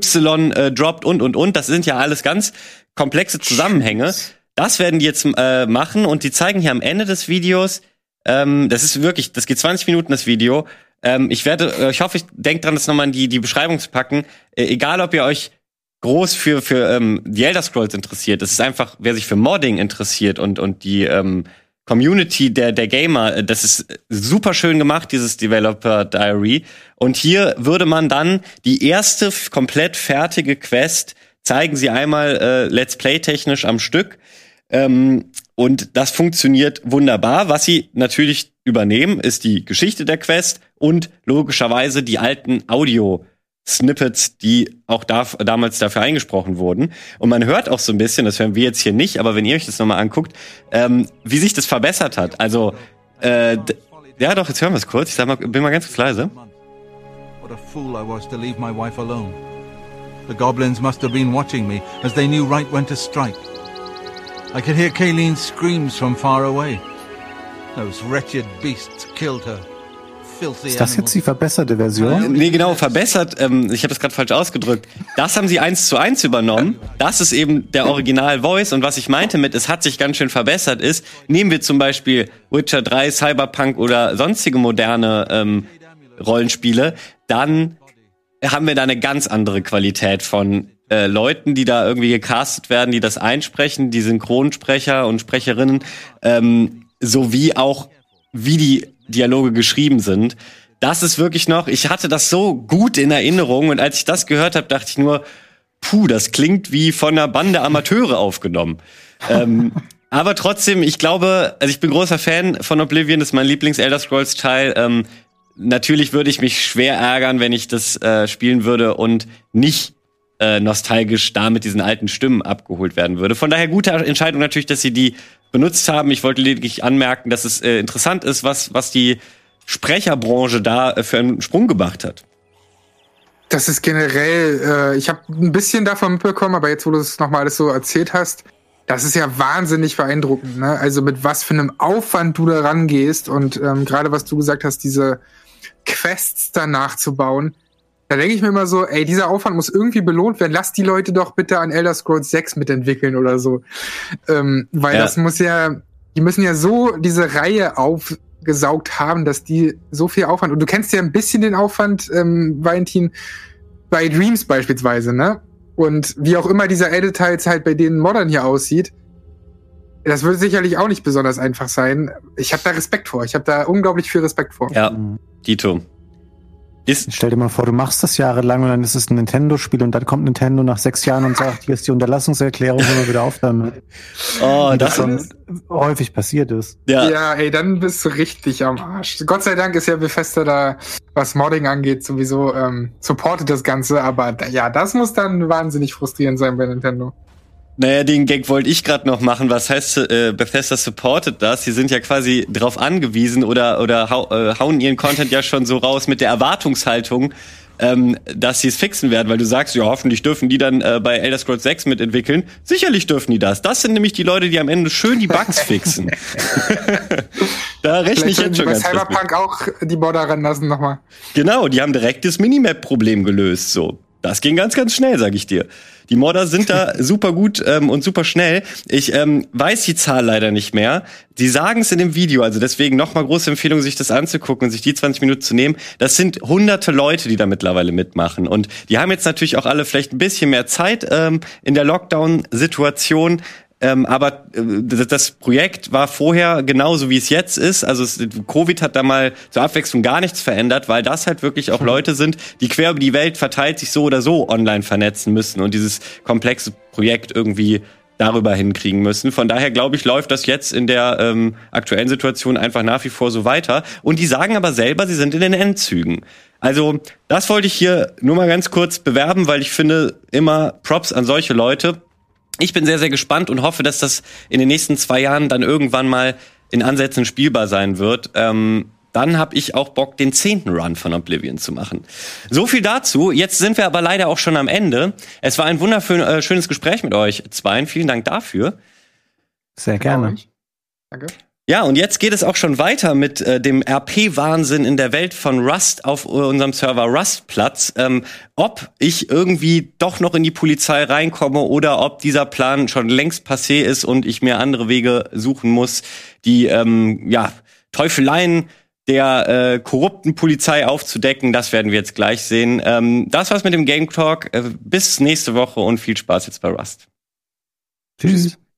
Y äh, droppt und, und, und. Das sind ja alles ganz komplexe Zusammenhänge. Das werden die jetzt äh, machen und die zeigen hier am Ende des Videos, ähm, das ist wirklich, das geht zwanzig Minuten, das Video. Ähm, ich werde, äh, ich hoffe, ich denke dran, das nochmal in die, die Beschreibung zu packen. Äh, egal, ob ihr euch groß für für ähm, die Elder Scrolls interessiert. Das ist einfach, wer sich für Modding interessiert und und die ähm, Community der der Gamer, das ist super schön gemacht, dieses Developer Diary. Und hier würde man dann die erste f- komplett fertige Quest zeigen sie einmal äh, Let's Play technisch am Stück. Ähm, und das funktioniert wunderbar. Was sie natürlich übernehmen, ist die Geschichte der Quest und logischerweise die alten Audio Snippets, die auch da, damals dafür eingesprochen wurden. Und man hört auch so ein bisschen, das hören wir jetzt hier nicht, aber wenn ihr euch das nochmal anguckt, ähm, wie sich das verbessert hat. Also, äh, d- ja doch, jetzt hören wir es kurz. Ich sag mal, bin mal ganz kurz leise. What a fool I was to leave my wife alone. The goblins must have been watching me, as they knew right when to strike. I could hear Kayleen's screams from far away. Those wretched beasts killed her. Filthy Ist das jetzt die verbesserte Version? Nee, genau, verbessert. Ähm, ich habe das gerade falsch ausgedrückt. Das haben sie eins zu eins übernommen. Das ist eben der Original-Voice. Und was ich meinte mit, es hat sich ganz schön verbessert, ist, nehmen wir zum Beispiel Witcher drei, Cyberpunk oder sonstige moderne ähm, Rollenspiele, dann haben wir da eine ganz andere Qualität von äh, Leuten, die da irgendwie gecastet werden, die das einsprechen, die Synchronsprecher und Sprecherinnen, ähm, sowie auch, wie die Dialoge geschrieben sind. Das ist wirklich noch, ich hatte das so gut in Erinnerung und als ich das gehört habe, dachte ich nur, puh, das klingt wie von einer Bande Amateure aufgenommen. ähm, aber trotzdem, ich glaube, also ich bin großer Fan von Oblivion, das ist mein Lieblings-Elder Scrolls-Teil. Ähm, natürlich würde ich mich schwer ärgern, wenn ich das äh, spielen würde und nicht äh, nostalgisch da mit diesen alten Stimmen abgeholt werden würde. Von daher gute Entscheidung natürlich, dass sie die benutzt haben. Ich wollte lediglich anmerken, dass es äh, interessant ist, was was die Sprecherbranche da äh, für einen Sprung gemacht hat. Das ist generell, äh, ich habe ein bisschen davon mitbekommen, aber jetzt, wo du es nochmal alles so erzählt hast, das ist ja wahnsinnig beeindruckend, ne? Also mit was für einem Aufwand du da rangehst und ähm, gerade was du gesagt hast, diese Quests da nachzubauen, da denke ich mir immer so, ey, dieser Aufwand muss irgendwie belohnt werden. Lass die Leute doch bitte an Elder Scrolls sechs mitentwickeln oder so. Ähm, weil Ja. das muss ja, die müssen ja so diese Reihe aufgesaugt haben, dass die so viel Aufwand, und du kennst ja ein bisschen den Aufwand, ähm, Valentin, bei Dreams beispielsweise, ne? Und wie auch immer dieser Edit-Teil halt bei denen Modern hier aussieht, das wird sicherlich auch nicht besonders einfach sein. Ich habe da Respekt vor. Ich habe da unglaublich viel Respekt vor. Ja, Dito. Ist Stell dir mal vor, du machst das jahrelang und dann ist es ein Nintendo-Spiel und dann kommt Nintendo nach sechs Jahren und sagt, hier ist die Unterlassungserklärung, wenn wir wieder aufhören. oh, Wie das das schon häufig passiert ist. ja. Ja, ey, dann bist du richtig am Arsch. Gott sei Dank ist ja Bethesda da, was Modding angeht, sowieso ähm, supportet das Ganze, aber da, ja, das muss dann wahnsinnig frustrierend sein bei Nintendo. Naja, den Gag wollte ich gerade noch machen. Was heißt, äh, Bethesda supportet das? Sie sind ja quasi drauf angewiesen oder oder hau, äh, hauen ihren Content ja schon so raus mit der Erwartungshaltung, ähm, dass sie es fixen werden, weil du sagst, ja, hoffentlich dürfen die dann äh, bei Elder Scrolls sechs mitentwickeln. Sicherlich dürfen die das. Das sind nämlich die Leute, die am Ende schön die Bugs fixen. Da rechne ich Vielleicht jetzt schon bei ganz fest mit. Cyberpunk auch die Modder ran lassen nochmal. Genau, die haben direkt das Minimap-Problem gelöst, so. Das ging ganz, ganz schnell, sag ich dir. Die Modder sind da super gut ähm, und super schnell. Ich ähm, weiß die Zahl leider nicht mehr. Die sagen es in dem Video, also deswegen nochmal große Empfehlung, sich das anzugucken und sich die zwanzig Minuten zu nehmen. Das sind hunderte Leute, die da mittlerweile mitmachen. Und die haben jetzt natürlich auch alle vielleicht ein bisschen mehr Zeit ähm, in der Lockdown-Situation. Ähm, aber äh, das Projekt war vorher genauso, wie es jetzt ist. Also es, Covid hat da mal zur Abwechslung gar nichts verändert, weil das halt wirklich auch Leute sind, die quer über die Welt verteilt sich so oder so online vernetzen müssen und dieses komplexe Projekt irgendwie darüber hinkriegen müssen. Von daher, glaube ich, läuft das jetzt in der ähm, aktuellen Situation einfach nach wie vor so weiter. Und die sagen aber selber, sie sind in den Endzügen. Also das wollte ich hier nur mal ganz kurz bewerben, weil ich finde immer Props an solche Leute. Ich bin sehr, sehr gespannt und hoffe, dass das in den nächsten zwei Jahren dann irgendwann mal in Ansätzen spielbar sein wird. Ähm, dann habe ich auch Bock, den zehnten Run von Oblivion zu machen. So viel dazu. Jetzt sind wir aber leider auch schon am Ende. Es war ein wunderschönes äh, Gespräch mit euch zweien. Vielen Dank dafür. Sehr gerne. Danke. Ja, und jetzt geht es auch schon weiter mit äh, dem R P-Wahnsinn in der Welt von Rust auf äh, unserem Server Rustplatz. Ähm, ob ich irgendwie doch noch in die Polizei reinkomme oder ob dieser Plan schon längst passé ist und ich mir andere Wege suchen muss, die ähm, ja Teufeleien der äh, korrupten Polizei aufzudecken, das werden wir jetzt gleich sehen. Ähm, das war's mit dem Game Talk. Äh, bis nächste Woche und viel Spaß jetzt bei Rust. Tschüss.